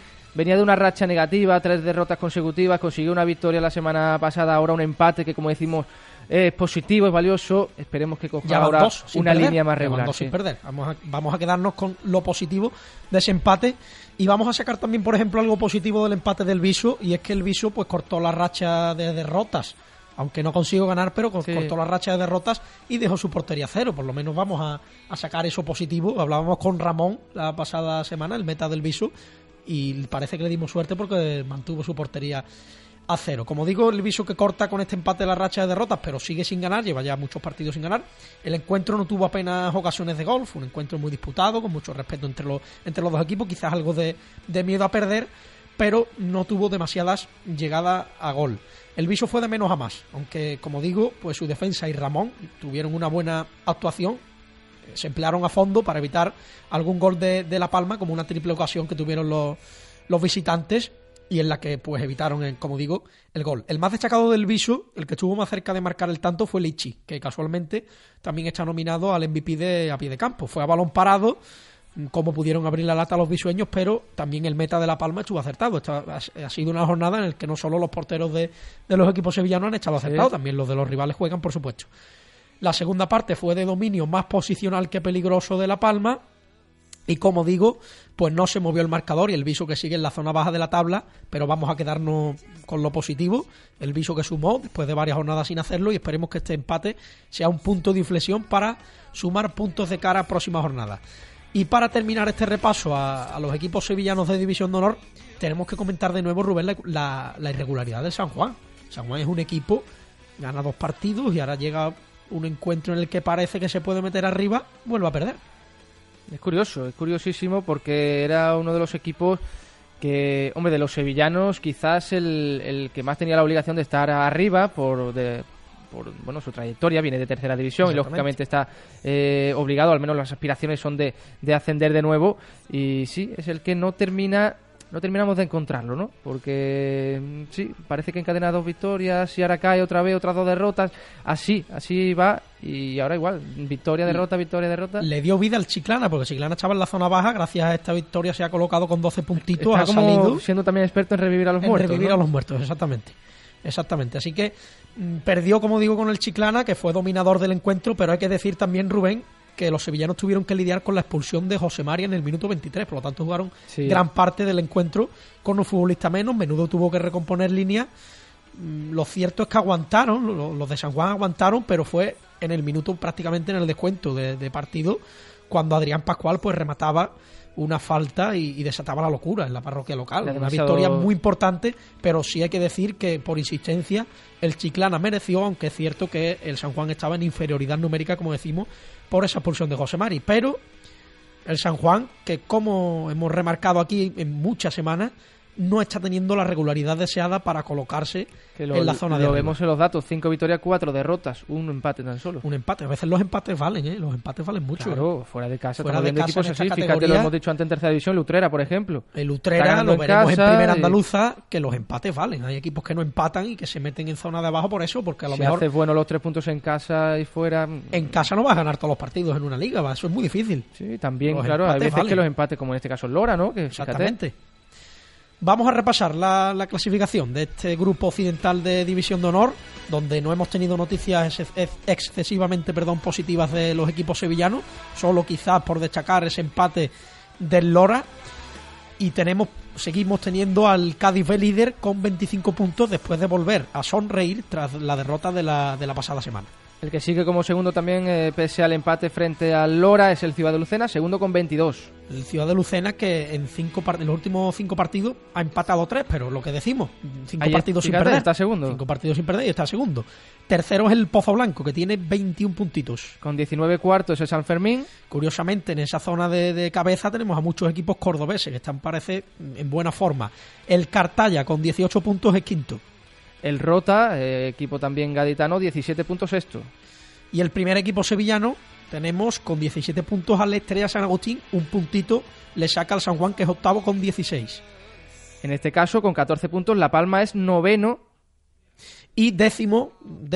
S3: de una racha negativa, 3 derrotas consecutivas, consiguió una victoria la semana pasada, ahora un empate que, como decimos, es positivo, es valioso. Esperemos que coja ahora una línea más regular.
S2: Sin perder. Vamos a quedarnos con lo positivo de ese empate, y vamos a sacar también, por ejemplo, algo positivo del empate del Viso, y es que el Viso pues cortó la racha de derrotas, aunque no consiguió ganar, pero cortó la racha de derrotas y dejó su portería 0. Por lo menos vamos a sacar eso positivo. Hablábamos con Ramón la pasada semana, el meta del Viso, y parece que le dimos suerte porque mantuvo su portería a 0. Como digo, el Viso que corta con este empate la racha de derrotas, pero sigue sin ganar, lleva ya muchos partidos sin ganar. El encuentro no tuvo apenas ocasiones de gol, fue un encuentro muy disputado, con mucho respeto entre los dos equipos, quizás algo de miedo a perder, pero no tuvo demasiadas llegadas a gol. El Viso fue de menos a más, aunque, como digo, pues su defensa y Ramón tuvieron una buena actuación. Se emplearon a fondo para evitar algún gol de La Palma, como una triple ocasión que tuvieron los visitantes, y en la que pues evitaron, como digo, el gol. El más destacado del Viso, el que estuvo más cerca de marcar el tanto, fue Lichi, que casualmente también está nominado al MVP de A Pie de Campo. Fue a balón parado, como pudieron abrir la lata a los visueños, pero también el meta de La Palma estuvo acertado. Ha sido una jornada en la que no solo los porteros de los equipos sevillanos han estado acertados, también los de los rivales juegan, por supuesto. La segunda parte fue de dominio más posicional que peligroso de La Palma, y, como digo, pues no se movió el marcador, y el Viso que sigue en la zona baja de la tabla, pero vamos a quedarnos con lo positivo. El Viso que sumó después de varias jornadas sin hacerlo, y esperemos que este empate sea un punto de inflexión para sumar puntos de cara a próxima jornada. Y para terminar este repaso a los equipos sevillanos de División de Honor, tenemos que comentar de nuevo, Rubén, la irregularidad del San Juan. San Juan es un equipo, gana 2 partidos y ahora llega un encuentro en el que parece que se puede meter arriba, vuelve a perder.
S3: Es curioso, es curiosísimo, porque era uno de los equipos que, hombre, de los sevillanos, quizás el que más tenía la obligación de estar arriba por su trayectoria, viene de tercera división y lógicamente está obligado, al menos las aspiraciones son de ascender de nuevo, y sí, es el que no terminamos de encontrarlo, ¿no? Porque sí, parece que encadena 2 victorias y ahora cae otra vez, otras 2 derrotas, así va, y ahora igual, victoria, derrota.
S2: Le dio vida al Chiclana, porque Chiclana estaba en la zona baja, gracias a esta victoria se ha colocado con 12 puntitos,
S3: está
S2: ha
S3: como
S2: salido
S3: siendo también experto en revivir a los muertos.
S2: Revivir a los muertos, exactamente. Así que perdió, como digo, con el Chiclana, que fue dominador del encuentro, pero hay que decir también, Rubén, que los sevillanos tuvieron que lidiar con la expulsión de José María en el minuto 23, por lo tanto jugaron gran parte del encuentro con un futbolista menos. Menudo tuvo que recomponer línea. Lo cierto es que aguantaron, los de San Juan aguantaron, pero fue en el minuto, prácticamente en el descuento de partido, cuando Adrián Pascual pues remataba una falta y desataba la locura en la parroquia local. Una
S3: demasiado...
S2: victoria muy importante, pero sí hay que decir que por insistencia el Chiclana mereció, aunque es cierto que el San Juan estaba en inferioridad numérica, como decimos, por esa expulsión de José Mari. Pero el San Juan, que como hemos remarcado aquí en muchas semanas, no está teniendo la regularidad deseada para colocarse en la zona de
S3: Lo
S2: arriba.
S3: vemos en los datos, 5 victorias, 4 derrotas, 1 empate tan solo.
S2: Un empate, a veces los empates valen, los empates valen mucho.
S3: Claro, fuera de casa,
S2: Fuera
S3: estamos
S2: de
S3: viendo
S2: casa
S3: equipos
S2: en esta
S3: así, fíjate,
S2: categoría,
S3: lo hemos dicho antes en tercera división, Utrera, por ejemplo.
S2: El Utrera lo
S3: en
S2: veremos en
S3: casa
S2: primera
S3: y-
S2: andaluza, que los empates valen. Hay equipos que no empatan y que se meten en zona de abajo por eso, porque a lo
S3: Si
S2: mejor
S3: haces bueno los 3 puntos en casa y fuera...
S2: en casa no vas a ganar todos los partidos en una liga, eso es muy difícil.
S3: Sí, también,
S2: Los
S3: claro, hay
S2: empates
S3: veces
S2: valen.
S3: que los empates, como en este caso el Lora, ¿no? Que, fíjate,
S2: Exactamente. Vamos a repasar la clasificación de este grupo occidental de División de Honor, donde no hemos tenido noticias excesivamente positivas de los equipos sevillanos, solo quizás por destacar ese empate del Lora, y seguimos teniendo al Cádiz B líder con 25 puntos después de volver a sonreír tras la derrota de la pasada semana.
S3: El que sigue como segundo también, pese al empate frente al Lora, es el Ciudad de Lucena, segundo con 22.
S2: El Ciudad de Lucena, que en los últimos 5 partidos ha empatado 3, pero lo que decimos, 5
S3: Ahí,
S2: partidos sin
S3: fíjate,
S2: perder.
S3: está segundo.
S2: 5 partidos sin perder y está segundo. Tercero es el Pozo Blanco, que tiene 21 puntitos.
S3: Con 19 cuartos es San Fermín.
S2: Curiosamente, en esa zona de cabeza tenemos a muchos equipos cordobeses que están, parece, en buena forma. El Cartaya, con 18 puntos, es quinto.
S3: El Rota, equipo también gaditano, 17 puntos sexto.
S2: Y el primer equipo sevillano tenemos con 17 puntos al Estrella San Agustín, un puntito le saca al San Juan, que es octavo con 16.
S3: En este caso, con 14 puntos, La Palma es noveno.
S2: Y undécimo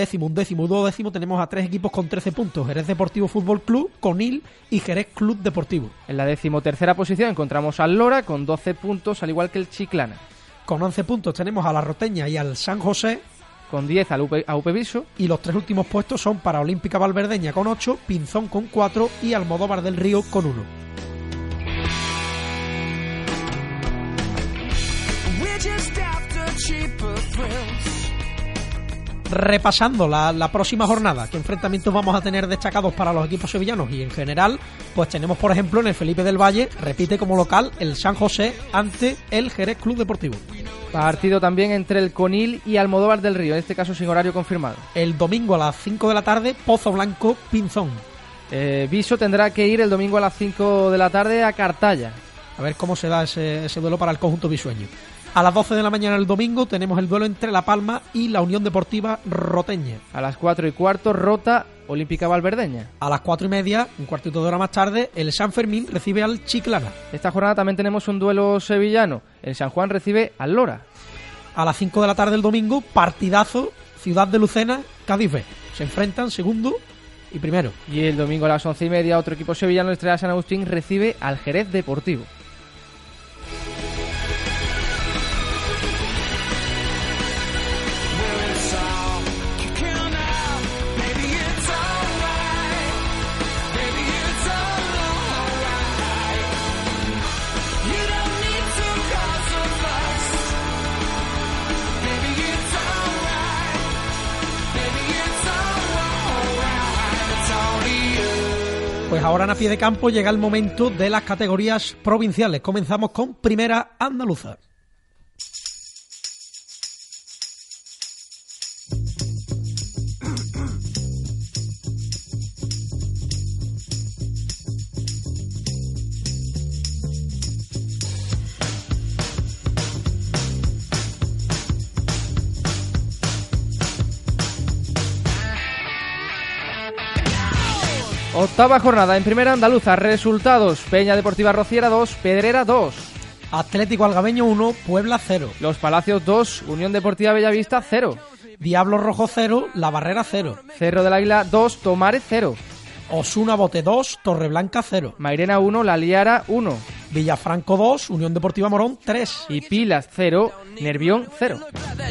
S2: y duodécimo tenemos a 3 equipos con 13 puntos: Jerez Deportivo Fútbol Club, Conil y Jerez Club Deportivo.
S3: En la 13ª posición encontramos al Lora con 12 puntos, al igual que el Chiclana.
S2: Con 11 puntos tenemos a la Roteña y al San José.
S3: Con 10 a UP Viso.
S2: Y los 3 últimos puestos son para Olímpica Valverdeña con 8, Pinzón con 4 y Almodóvar del Río con 1. Repasando la próxima jornada, ¿qué enfrentamientos vamos a tener destacados para los equipos sevillanos? Y en general, pues tenemos, por ejemplo, en el Felipe del Valle, repite como local el San José ante el Jerez Club Deportivo.
S3: Partido también entre el Conil y Almodóvar del Río, en este caso sin horario confirmado.
S2: El domingo a las 5 de la tarde, Pozo Blanco, Pinzón.
S3: Viso tendrá que ir el domingo a las 5 de la tarde a Cartaya.
S2: A ver cómo se da ese duelo para el conjunto visueño. A las 12 de la mañana el domingo tenemos el duelo entre La Palma y la Unión Deportiva Roteña.
S3: A las 4:15, Rota, Olímpica Valverdeña.
S2: A las 4:30, un cuartito de hora más tarde, el San Fermín recibe al Chiclana.
S3: Esta jornada también tenemos un duelo sevillano. El San Juan recibe al Lora.
S2: A las 5 de la tarde el domingo, partidazo, Ciudad de Lucena, Cádiz B. Se enfrentan segundo y primero.
S3: Y el domingo a las 11:30, otro equipo sevillano, el Estrella San Agustín, recibe al Jerez Deportivo.
S2: Pues ahora en A Pie de Campo llega el momento de las categorías provinciales. Comenzamos con Primera Andaluza.
S3: Octava jornada en Primera Andaluza. Resultados: Peña Deportiva Rociera 2, Pedrera 2.
S2: Atlético Algabeño 1, Puebla 0.
S3: Los Palacios 2, Unión Deportiva Bellavista 0.
S2: Diablo Rojo 0, La Barrera 0.
S3: Cerro del Águila 2, Tomares 0.
S2: Osuna Bote 2, Torreblanca 0.
S3: Mairena 1, La Liara 1.
S2: Villafranco 2, Unión Deportiva Morón 3.
S3: Y Pilas 0, Nervión 0.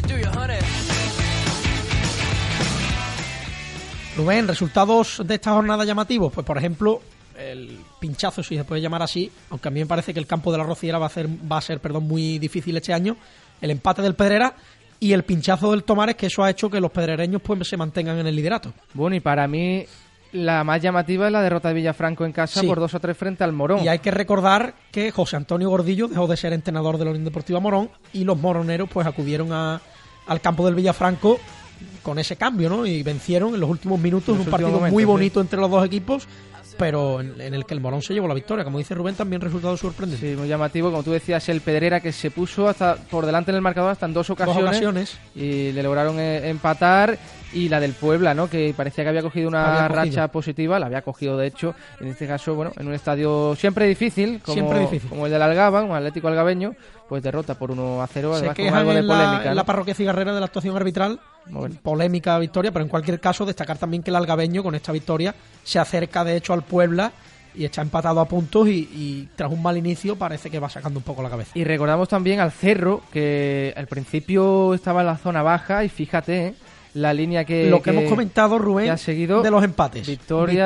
S2: Rubén, resultados de esta jornada llamativos. Pues por ejemplo, el pinchazo, si se puede llamar así, aunque a mí me parece que el campo de la Rociera va a ser muy difícil este año. El empate del Pedrera y el pinchazo del Tomares, que eso ha hecho que los pedrereños pues se mantengan en el liderato.
S3: Bueno, y para mí La más llamativa es la derrota de Villafranco en casa por 2-3 frente al Morón.
S2: Y hay que recordar que José Antonio Gordillo dejó de ser entrenador de la Unión Deportiva Morón y los moroneros pues acudieron al campo del Villafranco con ese cambio, ¿no? Y vencieron en los últimos minutos en un partido muy bonito entre los dos equipos, pero en el que el Morón se llevó la victoria. Como dice Rubén, también resultado sorprendente.
S3: Sí, muy llamativo. Como tú decías, el Pedrera, que se puso hasta por delante en el marcador hasta en dos ocasiones. Y le lograron empatar. Y la del Puebla, ¿no? Que parecía que había cogido una racha positiva, la había cogido de hecho, en este caso, bueno, en un estadio siempre difícil, como el del Algaba, un Atlético algabeño, pues derrota por 1-0, además con algo de polémica, ¿no?
S2: En la parroquia cigarrera de la actuación arbitral, polémica victoria, pero en cualquier caso destacar también que el algabeño con esta victoria se acerca de hecho al Puebla y está empatado a puntos y tras un mal inicio parece que va sacando un poco la cabeza.
S3: Y recordamos también al Cerro, que al principio estaba en la zona baja y fíjate, la línea que
S2: hemos comentado, Rubén, que ha seguido de los empates. Victoria,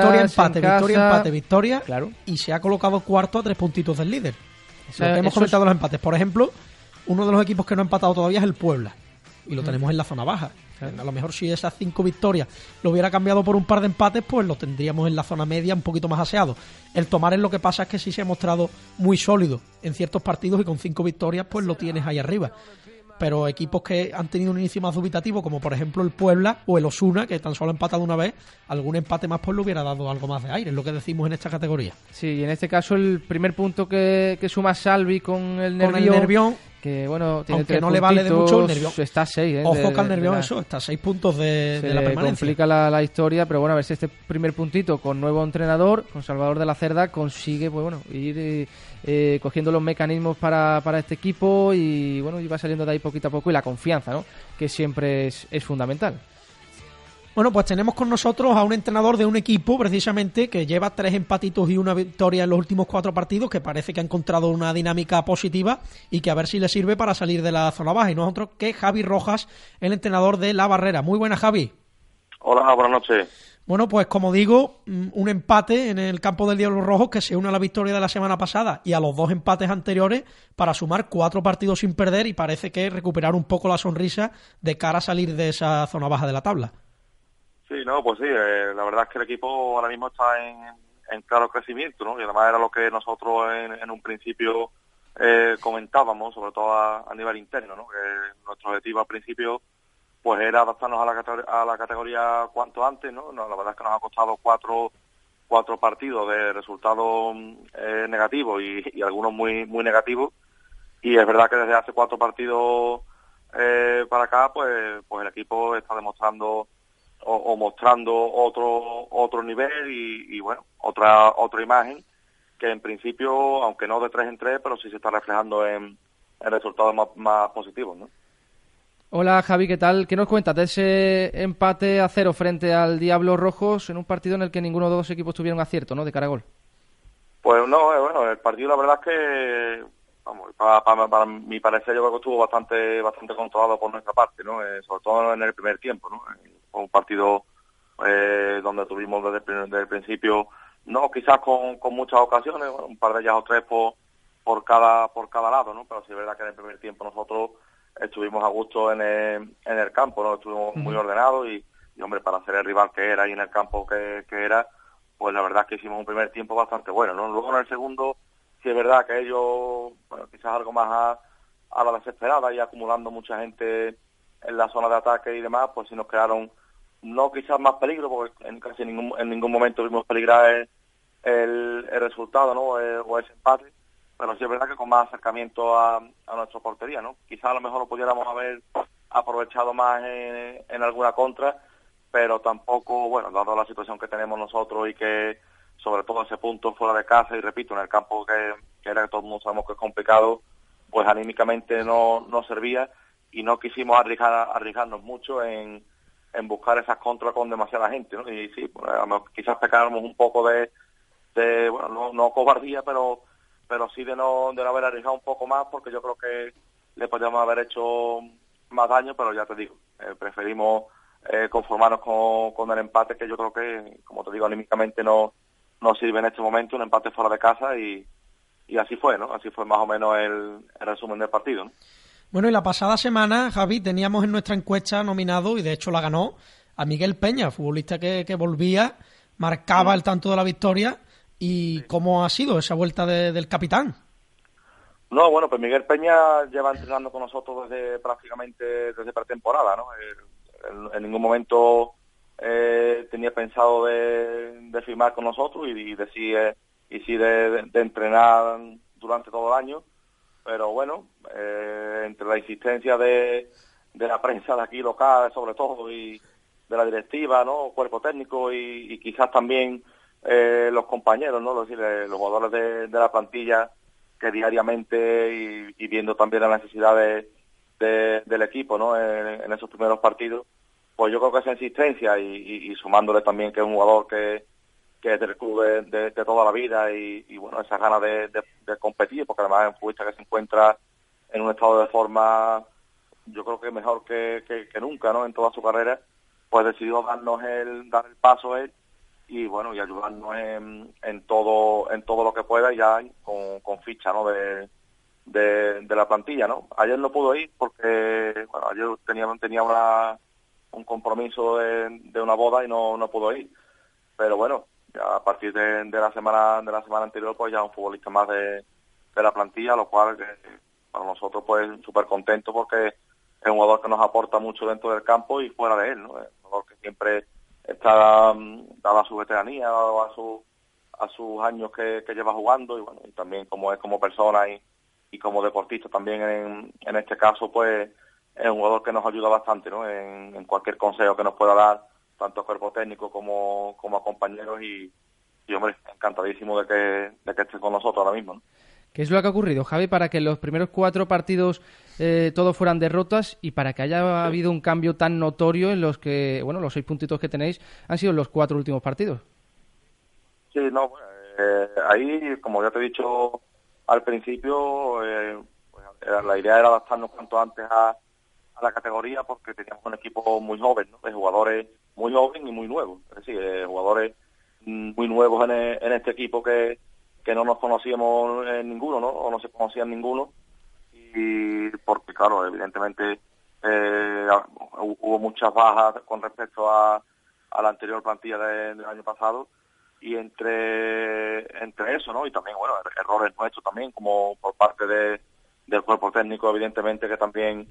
S2: empate, claro. Y se ha colocado cuarto a 3 puntitos del líder. Hemos comentado los empates. Por ejemplo, uno de los equipos que no ha empatado todavía es el Puebla. Y lo tenemos en la zona baja. Claro. A lo mejor si esas 5 victorias lo hubiera cambiado por un par de empates, pues lo tendríamos en la zona media un poquito más aseado. El Tomares lo que pasa es que sí se ha mostrado muy sólido en ciertos partidos y con 5 victorias pues lo tienes ahí arriba. Pero equipos que han tenido un inicio más dubitativo, como por ejemplo el Puebla o el Osuna, que tan solo ha empatado una vez, algún empate más pues le hubiera dado algo más de aire, es lo que decimos en esta categoría.
S3: Sí, y en este caso el primer punto que suma Salvi con el Nervión, que bueno, tiene
S2: aunque no le vale de mucho, el Nervión
S3: está a 6.
S2: Ojo que al Nervión está a 6 puntos de la permanencia.
S3: Complica la historia, pero bueno, a ver si este primer puntito con nuevo entrenador, con Salvador de la Cerda, consigue pues bueno ir cogiendo los mecanismos para este equipo y bueno, y va saliendo de ahí poquito a poco, y la confianza, ¿no? Que siempre es fundamental.
S2: Bueno, pues tenemos con nosotros a un entrenador de un equipo, precisamente, que lleva 3 empatitos y una victoria en los últimos 4 partidos, que parece que ha encontrado una dinámica positiva y que a ver si le sirve para salir de la zona baja. Y no es otro que Javi Rojas, el entrenador de La Barrera. Muy buena, Javi.
S5: Hola, buenas noches.
S2: Bueno, pues como digo, un empate en el campo del Diablo Rojo que se une a la victoria de la semana pasada y a los 2 empates anteriores para sumar 4 partidos sin perder, y parece que recuperar un poco la sonrisa de cara a salir de esa zona baja de la tabla.
S5: Sí, pues sí, la verdad es que el equipo ahora mismo está en claro crecimiento, ¿no? Y además era lo que nosotros en un principio comentábamos, sobre todo a nivel interno, ¿no? Que nuestro objetivo al principio pues era adaptarnos a la categoría cuanto antes, ¿no? La verdad es que nos ha costado 4 partidos de resultados negativos y algunos muy muy negativos, y es verdad que desde hace 4 partidos para acá pues el equipo está demostrando o mostrando otro nivel y bueno, otra imagen que en principio, aunque no de 3 en 3, pero sí se está reflejando en resultados más positivos, ¿no?
S3: Hola Javi, ¿qué tal? ¿Qué nos cuentas de ese empate a 0 frente al Diablos Rojos en un partido en el que ninguno de los dos equipos tuvieron acierto, ¿no? De cara a gol.
S5: Pues no, bueno, el partido la verdad es que, vamos, para mi parecer yo creo que estuvo bastante controlado por nuestra parte, ¿no? Sobre todo en el primer tiempo, ¿no? Fue un partido donde tuvimos desde el principio, no quizás con muchas ocasiones, bueno, un par de ellas o 3 por cada lado, ¿no? Pero sí es verdad que en el primer tiempo nosotros estuvimos a gusto en el campo, ¿no? Estuvimos muy ordenados y hombre, para ser el rival que era y en el campo que era, pues la verdad es que hicimos un primer tiempo bastante bueno, ¿no? Luego en el segundo, sí es verdad que ellos, bueno, quizás algo más a la desesperada y acumulando mucha gente en la zona de ataque y demás, pues sí nos crearon, no quizás más peligro, porque en ningún momento vimos peligrar el resultado, ¿no? O ese empate, pero sí es verdad que con más acercamiento a nuestra portería, ¿no? Quizás a lo mejor lo pudiéramos haber aprovechado más en alguna contra, pero tampoco, bueno, dado la situación que tenemos nosotros y que sobre todo ese punto fuera de casa y repito, en el campo que era que todo el mundo sabemos que es complicado, pues anímicamente no servía y no quisimos arriesgarnos mucho en buscar esas contras con demasiada gente, ¿no? Y sí, pues, quizás pecáramos un poco de bueno, no cobardía, pero sí de no haber arriesgado un poco más, porque yo creo que le podríamos haber hecho más daño, pero ya te digo, preferimos conformarnos con el empate, que yo creo que, como te digo, anímicamente no sirve en este momento, un empate fuera de casa y así fue, ¿no? Así fue más o menos el resumen del partido, ¿no?
S2: Bueno, y la pasada semana, Javi, teníamos en nuestra encuesta nominado, y de hecho la ganó, a Miguel Peña, futbolista que volvía marcaba el tanto de la victoria. ¿Y cómo ha sido esa vuelta del capitán?
S6: No, bueno, pues Miguel Peña lleva entrenando con nosotros prácticamente desde pretemporada, ¿no? En ningún momento tenía pensado de firmar con nosotros y de entrenar durante todo el año, pero bueno, entre la insistencia de la prensa de aquí local, sobre todo, y de la directiva, ¿no? Cuerpo técnico y quizás también los compañeros, ¿no? Es decir, los jugadores de la plantilla, que diariamente y viendo también las necesidades del equipo, ¿no? En esos primeros partidos, pues yo creo que esa insistencia y sumándole también que es un jugador que es del club de toda la vida y bueno, esas ganas de competir, porque además es un futbolista que se encuentra en un estado de forma, yo creo que mejor que nunca, ¿no? En toda su carrera, pues decidió dar el paso él y bueno, y ayudarnos en todo lo que pueda, ya con ficha, ¿no? de la plantilla, ¿no? Ayer no pudo ir porque bueno, ayer tenía un compromiso de una boda y no pudo ir, pero bueno, ya a partir de la semana anterior, pues ya un futbolista más de la plantilla, lo cual para nosotros pues súper contento, porque es un jugador que nos aporta mucho dentro del campo y fuera de él, ¿no? Es un jugador que siempre está dado a su veteranía, dado a sus años que lleva jugando, y bueno, y también como es como persona y como deportista también en este caso, pues es un jugador que nos ayuda bastante, ¿no? En cualquier consejo que nos pueda dar, tanto a cuerpo técnico como a compañeros, y hombre, encantadísimo de que esté con nosotros ahora mismo, ¿no?
S3: ¿Qué es lo que ha ocurrido, Javi, para que en los primeros 4 partidos todos fueran derrotas y para que haya habido un cambio tan notorio en los que, bueno, los 6 puntitos que tenéis han sido los 4 últimos partidos?
S6: Sí, no, ahí, como ya te he dicho al principio, pues, la idea era adaptarnos cuanto antes a la categoría, porque teníamos un equipo muy joven, ¿no? De jugadores muy jóvenes y muy nuevos, es decir, jugadores muy nuevos en este equipo que no nos conocíamos ninguno, ¿no? O no se conocían ninguno, y porque claro, evidentemente hubo muchas bajas con respecto a la anterior plantilla del año pasado, y entre eso, ¿no? Y también, bueno, errores nuestros también, como por parte del cuerpo técnico, evidentemente, que también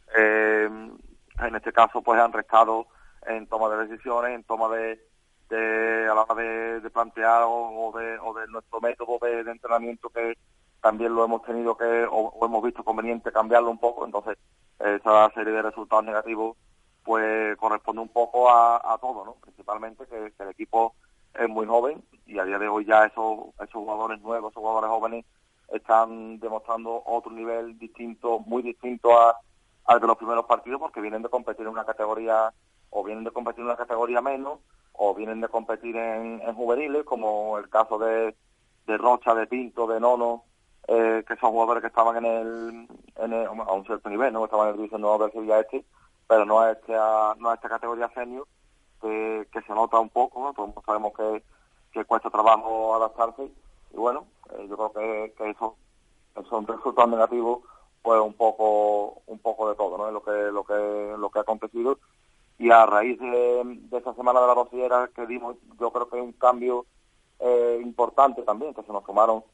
S6: en este caso pues han restado en toma de decisiones, en toma a la hora de plantear o de nuestro método de entrenamiento, que también lo hemos tenido o hemos visto conveniente cambiarlo un poco. Entonces esa serie de resultados negativos pues corresponde un poco a todo, ¿no? Principalmente que el equipo es muy joven, y a día de hoy ya esos jugadores nuevos, esos jugadores jóvenes, están demostrando otro nivel distinto, muy distinto al de los primeros partidos, porque vienen de competir en una categoría, o vienen de competir en una categoría menos, o vienen de competir en juveniles, como el caso de Rocha, de Pinto, de Nono, que son jugadores que estaban a un cierto nivel, ¿no? Estaban en el división nuevo del Sevilla pero no a esta categoría senior, que se nota un poco, ¿no? Todos sabemos que cuesta trabajo adaptarse, y bueno, yo creo que eso son resultados negativos, pues un poco de todo, ¿no? Es lo que ha acontecido. Y a raíz de esa semana de la rociera que dimos, yo creo que hay un cambio importante también, que se nos tomaron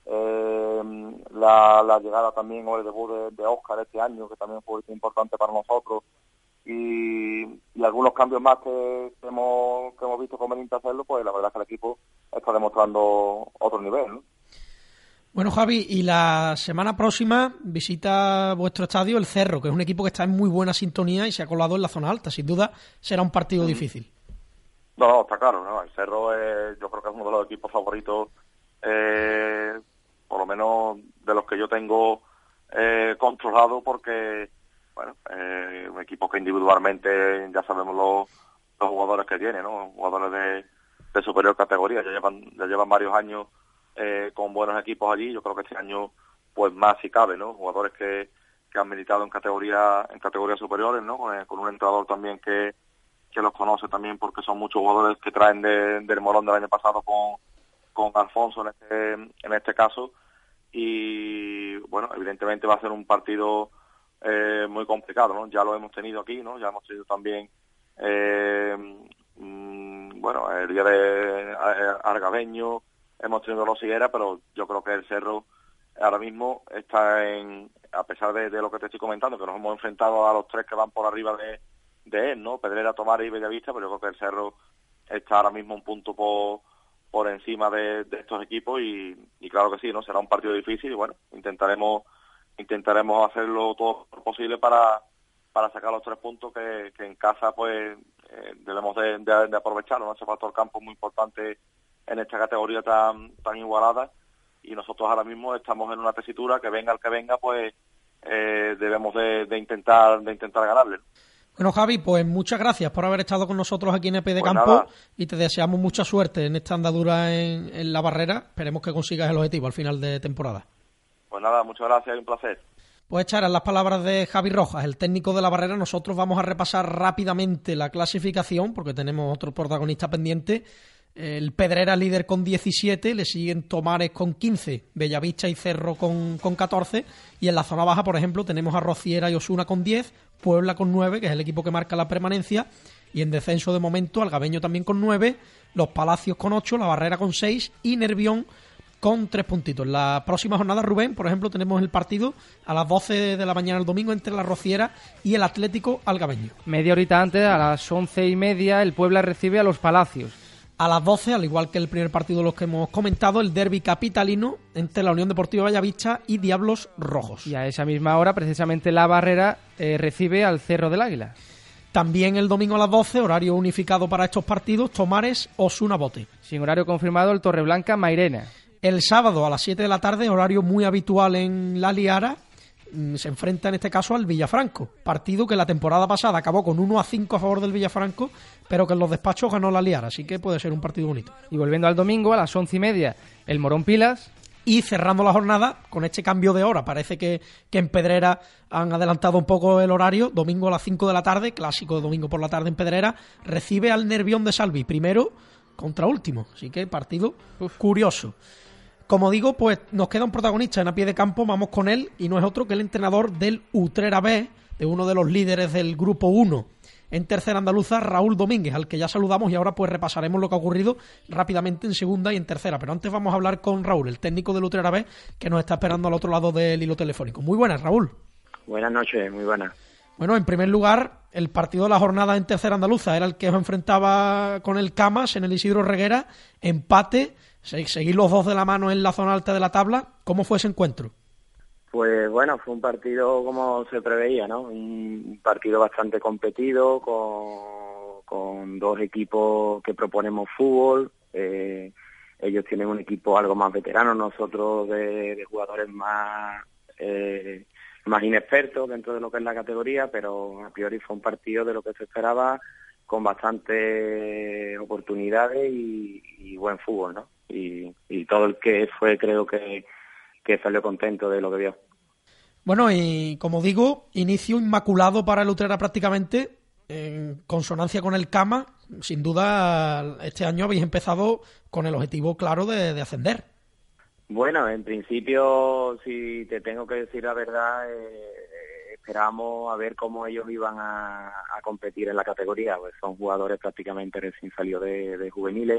S6: la llegada también, o el debut de Óscar este año, que también fue importante para nosotros, y algunos cambios más que hemos visto conveniente hacerlo, pues la verdad es que el equipo está demostrando otro nivel, ¿no?
S2: Bueno, Javi, y la semana próxima visita vuestro estadio el Cerro, que es un equipo que está en muy buena sintonía y se ha colado en la zona alta. Sin duda será un partido difícil.
S6: No, está claro, ¿no? El Cerro yo creo que es uno de los equipos favoritos, por lo menos de los que yo tengo controlado, porque, bueno, un equipo que individualmente ya sabemos los jugadores que tiene, ¿no? Jugadores de superior categoría, ya llevan varios años con buenos equipos allí. Yo creo que este año pues más si cabe, ¿no? Jugadores que han militado en categorías superiores, ¿no? Con un entrenador también que los conoce también, porque son muchos jugadores que traen del Morón del año pasado con Alfonso en este caso. Y bueno, evidentemente va a ser un partido muy complicado, ¿no? Ya lo hemos tenido aquí, ¿no? Ya hemos tenido también bueno, el día de Argabeño hemos tenido los Higuera, pero yo creo que el Cerro ahora mismo está a pesar de lo que te estoy comentando, que nos hemos enfrentado a los 3 que van por arriba de él, ¿no? Pedrera, Tomar y Bellavista, pero yo creo que el Cerro está ahora mismo un punto por encima de estos equipos y claro que sí, ¿no? Será un partido difícil y bueno, intentaremos hacerlo todo lo posible para sacar los 3 puntos que en casa pues debemos de aprovecharlo, ¿no? Ese factor campo es muy importante en esta categoría tan igualada y nosotros ahora mismo estamos en una tesitura que venga el que venga, pues debemos de intentar ganarle.
S2: Bueno, Javi, pues muchas gracias por haber estado con nosotros aquí en EP de Campo
S6: nada.
S2: Y te deseamos mucha suerte en esta andadura en la barrera. Esperemos que consigas el objetivo al final de temporada.
S6: Pues nada, muchas gracias y un placer.
S2: Pues echarán las palabras de Javi Rojas, el técnico de la barrera. Nosotros vamos a repasar rápidamente la clasificación porque tenemos otro protagonista pendiente. El Pedrera líder con 17, le siguen Tomares con 15, Bellavista y Cerro con 14, y en la zona baja, por ejemplo, tenemos a Rociera y Osuna con 10, Puebla con 9, que es el equipo que marca la permanencia, y en descenso de momento Algabeño también con 9, Los Palacios con 8, La Barrera con 6 y Nervión con 3 puntitos. En la próxima jornada, Rubén, por ejemplo, tenemos el partido a las 12 de la mañana el domingo entre la Rociera y el Atlético Algabeño.
S3: Media horita antes, a las 11:30, el Puebla recibe a Los Palacios.
S2: A las 12, al igual que el primer partido de los que hemos comentado, el derbi capitalino entre la Unión Deportiva Bellavista y Diablos Rojos.
S3: Y a esa misma hora, precisamente, la Barrera recibe al Cerro del Águila.
S2: También el domingo a las 12, horario unificado para estos partidos, Tomares, Osuna Bote.
S3: Sin horario confirmado, el Torreblanca Mairena.
S2: El sábado a las 7 de la tarde, horario muy habitual en La Liara, se enfrenta en este caso al Villafranco, partido que la temporada pasada acabó con 1-5 a favor del Villafranco, pero que en los despachos ganó la Liara, así que puede ser un partido bonito.
S3: Y volviendo al domingo, a las 11:30, el Morón Pilas.
S2: Y cerrando la jornada, con este cambio de hora, parece que en Pedrera han adelantado un poco el horario, domingo a las 5 de la tarde, clásico de domingo por la tarde en Pedrera, recibe al Nervión de Salvi, primero contra último, así que partido curioso. Como digo, pues nos queda un protagonista en A Pie de Campo, vamos con él, y no es otro que el entrenador del Utrera B, de uno de los líderes del Grupo 1 en tercera andaluza, Raúl Domínguez, al que ya saludamos y ahora pues repasaremos lo que ha ocurrido rápidamente en segunda y en tercera. Pero antes vamos a hablar con Raúl, el técnico del Utrera B, que nos está esperando al otro lado del hilo telefónico. Muy buenas, Raúl.
S4: Buenas noches, muy buenas.
S2: Bueno, en primer lugar, el partido de la jornada en tercera andaluza era el que os enfrentaba con el Camas en el Isidro Reguera, empate. Seguir los dos de la mano en la zona alta de la tabla. ¿Cómo fue ese encuentro?
S4: Pues bueno, fue un partido como se preveía, ¿no? Un partido bastante competido, con dos equipos que proponemos fútbol. Ellos tienen un equipo algo más veterano, nosotros de jugadores más inexpertos dentro de lo que es la categoría, pero a priori fue un partido de lo que se esperaba, con bastantes oportunidades y buen fútbol, ¿no? Y todo el que fue, creo que salió contento de lo que vio.
S2: Bueno, y como digo, inicio inmaculado para el Utrera prácticamente, en consonancia con el Cama. Sin duda, este año habéis empezado con el objetivo claro de ascender.
S4: Bueno, en principio, si te tengo que decir la verdad, esperamos a ver cómo ellos iban a competir en la categoría. Pues son jugadores prácticamente recién salidos de juveniles.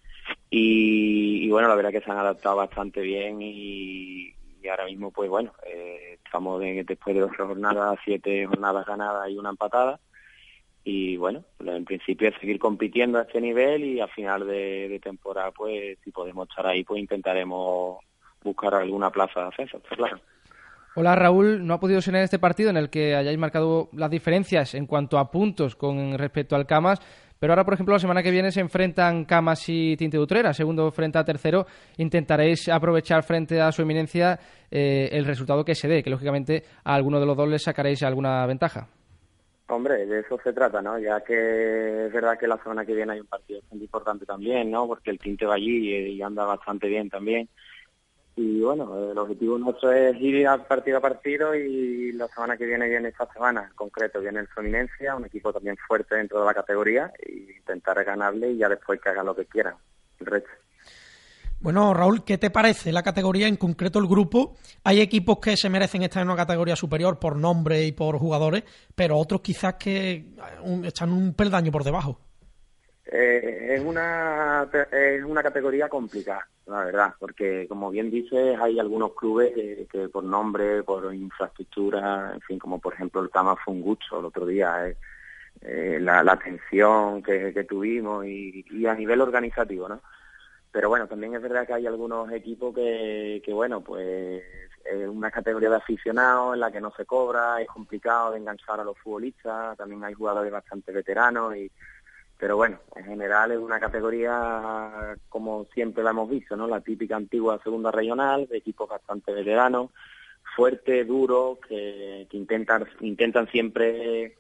S4: Y bueno, la verdad que se han adaptado bastante bien y ahora mismo pues bueno, estamos después de 8 jornadas, 7 jornadas ganadas y una empatada y bueno, en principio es seguir compitiendo a este nivel y a final de temporada pues si podemos estar ahí pues intentaremos buscar alguna plaza de ascenso, está claro.
S3: Hola Raúl, no ha podido ser en este partido en el que hayáis marcado las diferencias en cuanto a puntos con respecto al Camas, pero ahora, por ejemplo, la semana que viene se enfrentan Camas y Tinte de Utrera, segundo frente a tercero. Intentaréis aprovechar frente a su eminencia el resultado que se dé, que lógicamente a alguno de los dos les sacaréis alguna ventaja.
S4: Hombre, de eso se trata, ¿no? Ya que es verdad que la semana que viene hay un partido bastante importante también, ¿no? Porque el Tinte va allí y anda bastante bien también. Y bueno, el objetivo nuestro es ir partido a partido y la semana que viene esta semana en concreto viene el Fluminense, un equipo también fuerte dentro de la categoría, e intentar ganarle y ya después que hagan lo que quieran, el resto.
S2: Bueno, Raúl, ¿qué te parece la categoría, en concreto el grupo? Hay equipos que se merecen estar en una categoría superior por nombre y por jugadores, pero otros quizás que están un peldaño por debajo.
S7: Es una categoría complicada, la verdad, porque como bien dices, hay algunos clubes que por nombre, por infraestructura, en fin, como por ejemplo el Tama Fungucho el otro día, la atención que tuvimos y a nivel organizativo, ¿no? Pero bueno, también es verdad que hay algunos equipos que bueno, pues es una categoría de aficionados en la que no se cobra, es complicado de enganchar a los futbolistas, también hay jugadores bastante veteranos pero bueno, en general es una categoría como siempre la hemos visto, ¿no? La típica antigua segunda regional, de equipos bastante veteranos, fuertes, duros, que intentan siempre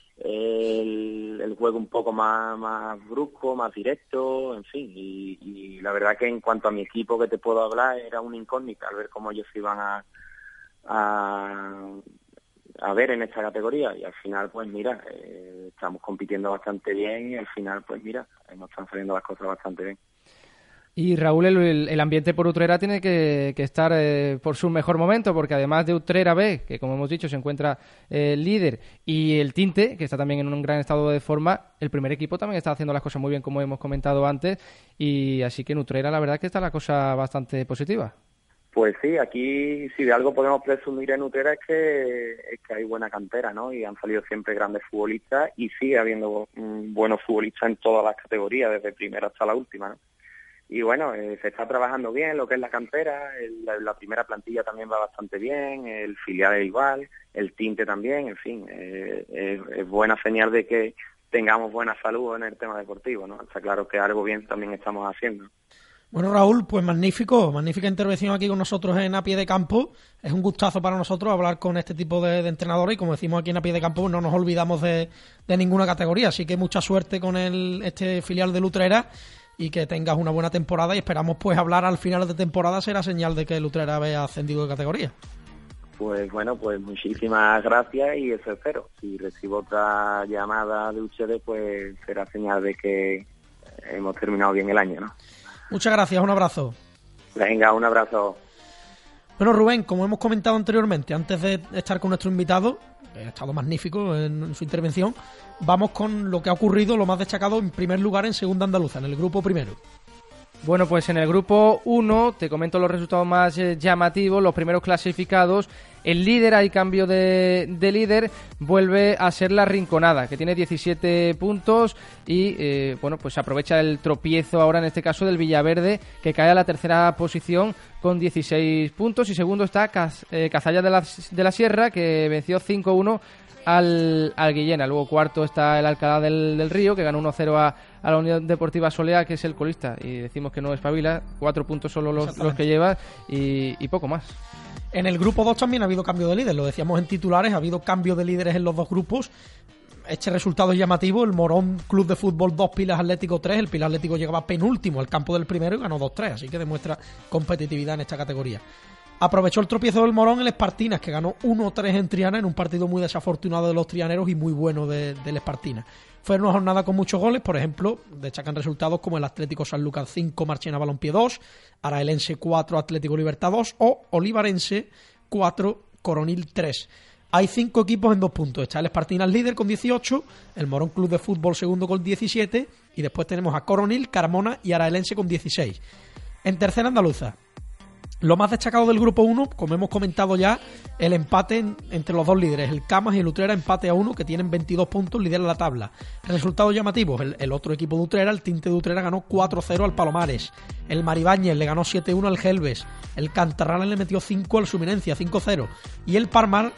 S7: el juego un poco más brusco, más directo, en fin. Y la verdad que en cuanto a mi equipo que te puedo hablar, era una incógnita al ver cómo ellos iban a ver en esta categoría, y al final pues mira, estamos compitiendo bastante bien y al final pues mira, nos están saliendo las cosas bastante bien.
S3: Y Raúl, el ambiente por Utrera tiene que estar por su mejor momento, porque además de Utrera B, que como hemos dicho se encuentra líder, y el Tinte, que está también en un gran estado de forma, el primer equipo también está haciendo las cosas muy bien, como hemos comentado antes, y así que en Utrera la verdad que está la cosa bastante positiva.
S7: Pues sí, aquí si de algo podemos presumir en Utrera es que hay buena cantera, ¿no? Y han salido siempre grandes futbolistas y sigue habiendo buenos futbolistas en todas las categorías, desde primera hasta la última, ¿no? Y bueno, se está trabajando bien lo que es la cantera, la primera plantilla también va bastante bien, el filial es igual, el Tinte también, en fin, es buena señal de que tengamos buena salud en el tema deportivo, ¿no? Está claro que algo bien también estamos haciendo.
S2: Bueno, Raúl, pues magnífica intervención aquí con nosotros en A Pie de Campo. Es un gustazo para nosotros hablar con este tipo de entrenadores y como decimos aquí en A Pie de Campo, no nos olvidamos de ninguna categoría. Así que mucha suerte con este filial de Utrera y que tengas una buena temporada y esperamos pues hablar al final de temporada, será señal de que el Utrera haya ascendido de categoría.
S7: Pues bueno, pues muchísimas gracias y eso espero. Si recibo otra llamada de ustedes, pues será señal de que hemos terminado bien el año, ¿no?
S2: Muchas gracias, un abrazo.
S7: Venga, un abrazo.
S2: Bueno, Rubén, como hemos comentado anteriormente, antes de estar con nuestro invitado, que ha estado magnífico en su intervención, vamos con lo que ha ocurrido, lo más destacado en primer lugar en Segunda Andaluza, en el grupo primero.
S3: Bueno, pues en el grupo 1 te comento los resultados más llamativos, los primeros clasificados. El líder, hay cambio de líder, vuelve a ser la Rinconada, que tiene 17 puntos y bueno, pues aprovecha el tropiezo ahora en este caso del Villaverde, que cae a la tercera posición con 16 puntos, y segundo está Cazalla de la Sierra, que venció 5-1 al Guillena. Luego cuarto está el Alcalá del Río, que ganó 1-0 a la Unión Deportiva Solea, que es el colista, y decimos que no espabila, 4 puntos solo los que lleva y poco más.
S2: En el grupo 2 también ha habido cambio de líder, lo decíamos en titulares, ha habido cambio de líderes en los dos grupos. Este resultado es llamativo, el Morón Club de Fútbol 2, Pilas Atlético 3, el Pilar Atlético llegaba penúltimo al campo del primero y ganó 2-3, así que demuestra competitividad en esta categoría. Aprovechó el tropiezo del Morón el Espartinas, que ganó 1-3 en Triana, en un partido muy desafortunado de los trianeros y muy bueno del Espartinas. Fue una jornada con muchos goles, por ejemplo, destacan resultados como el Atlético Sanlúcar 5, Marchena Balompié 2, Araelense 4, Atlético Libertad 2 o Olivarense 4, Coronil 3. Hay 5 equipos en 2 puntos. Está el Espartinas líder con 18, el Morón Club de Fútbol segundo con 17 y después tenemos a Coronil, Carmona y Araelense con 16. En tercera andaluza, lo más destacado del grupo 1, como hemos comentado ya, el empate entre los dos líderes, el Camas y el Utrera, empate a 1, que tienen 22 puntos, lideran la tabla. Resultados llamativos, el otro equipo de Utrera, el Tinte de Utrera, ganó 4-0 al Palomares, el Maribáñez le ganó 7-1 al Gelbes, el Cantarrales le metió 5 al Suminencia, 5-0, y el Parmar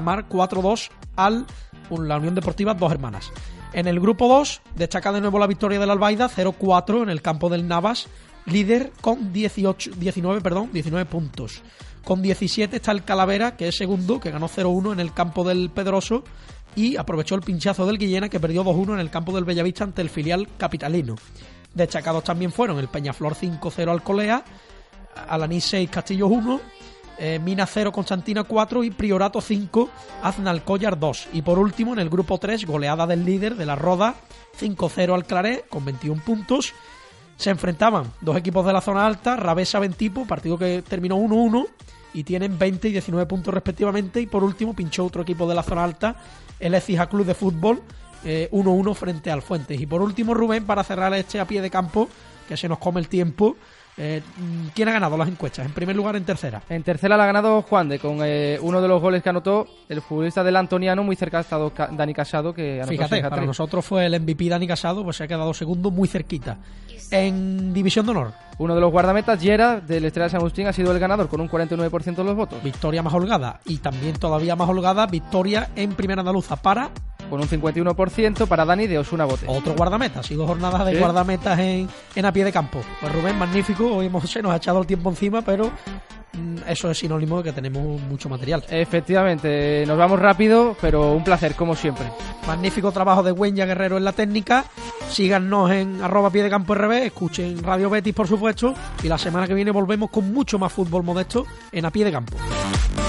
S2: 4-2 al la Unión Deportiva Dos Hermanas. En el grupo 2, destaca de nuevo la victoria del Albaida, 0-4 en el campo del Navas, líder con 19 puntos. Con 17 está el Calavera, que es segundo, que ganó 0-1 en el campo del Pedroso y aprovechó el pinchazo del Guillena, que perdió 2-1 en el campo del Bellavista ante el filial capitalino. Destacados también fueron el Peñaflor 5-0 al Colea, Alanís 6, Castillos 1, Mina 0, Constantina 4 y Priorato 5, Aznalcóllar 2. Y por último, en el grupo 3, goleada del líder de la Roda, 5-0 al Claré con 21 puntos. Se enfrentaban dos equipos de la zona alta, Rabesa Ventipo, partido que terminó 1-1 y tienen 20 y 19 puntos respectivamente. Y por último pinchó otro equipo de la zona alta, el Écija Club de Fútbol, 1-1 frente al Fuentes. Y por último, Rubén, para cerrar este a pie de campo, que se nos come el tiempo, ¿quién ha ganado las encuestas? En primer lugar, en tercera.
S3: En tercera la ha ganado Juan de, con uno de los goles que anotó el futbolista del Antoniano. Muy cerca ha estado Dani Casado, que anotó.
S2: Fíjate, para nosotros fue el MVP Dani Casado, pues se ha quedado segundo muy cerquita. En División de Honor,
S3: uno de los guardametas, Yera, del Estrella de San Agustín, ha sido el ganador con un 49% de los votos.
S2: Victoria más holgada, y también todavía más holgada, victoria en Primera Andaluza para...
S3: Con un 51% para Dani de Osuna Bote.
S2: Otro guardameta, ha sido jornadas de guardametas en a pie de campo. Pues Rubén, magnífico, hoy se nos ha echado el tiempo encima, pero eso es sinónimo de que tenemos mucho material.
S3: Efectivamente, nos vamos rápido, pero un placer, como siempre.
S2: Magnífico trabajo de Güenya Guerrero en la técnica. Síganos en @piedecampo.rb, escuchen Radio Betis, por supuesto, y la semana que viene volvemos con mucho más fútbol modesto en A Pie de Campo.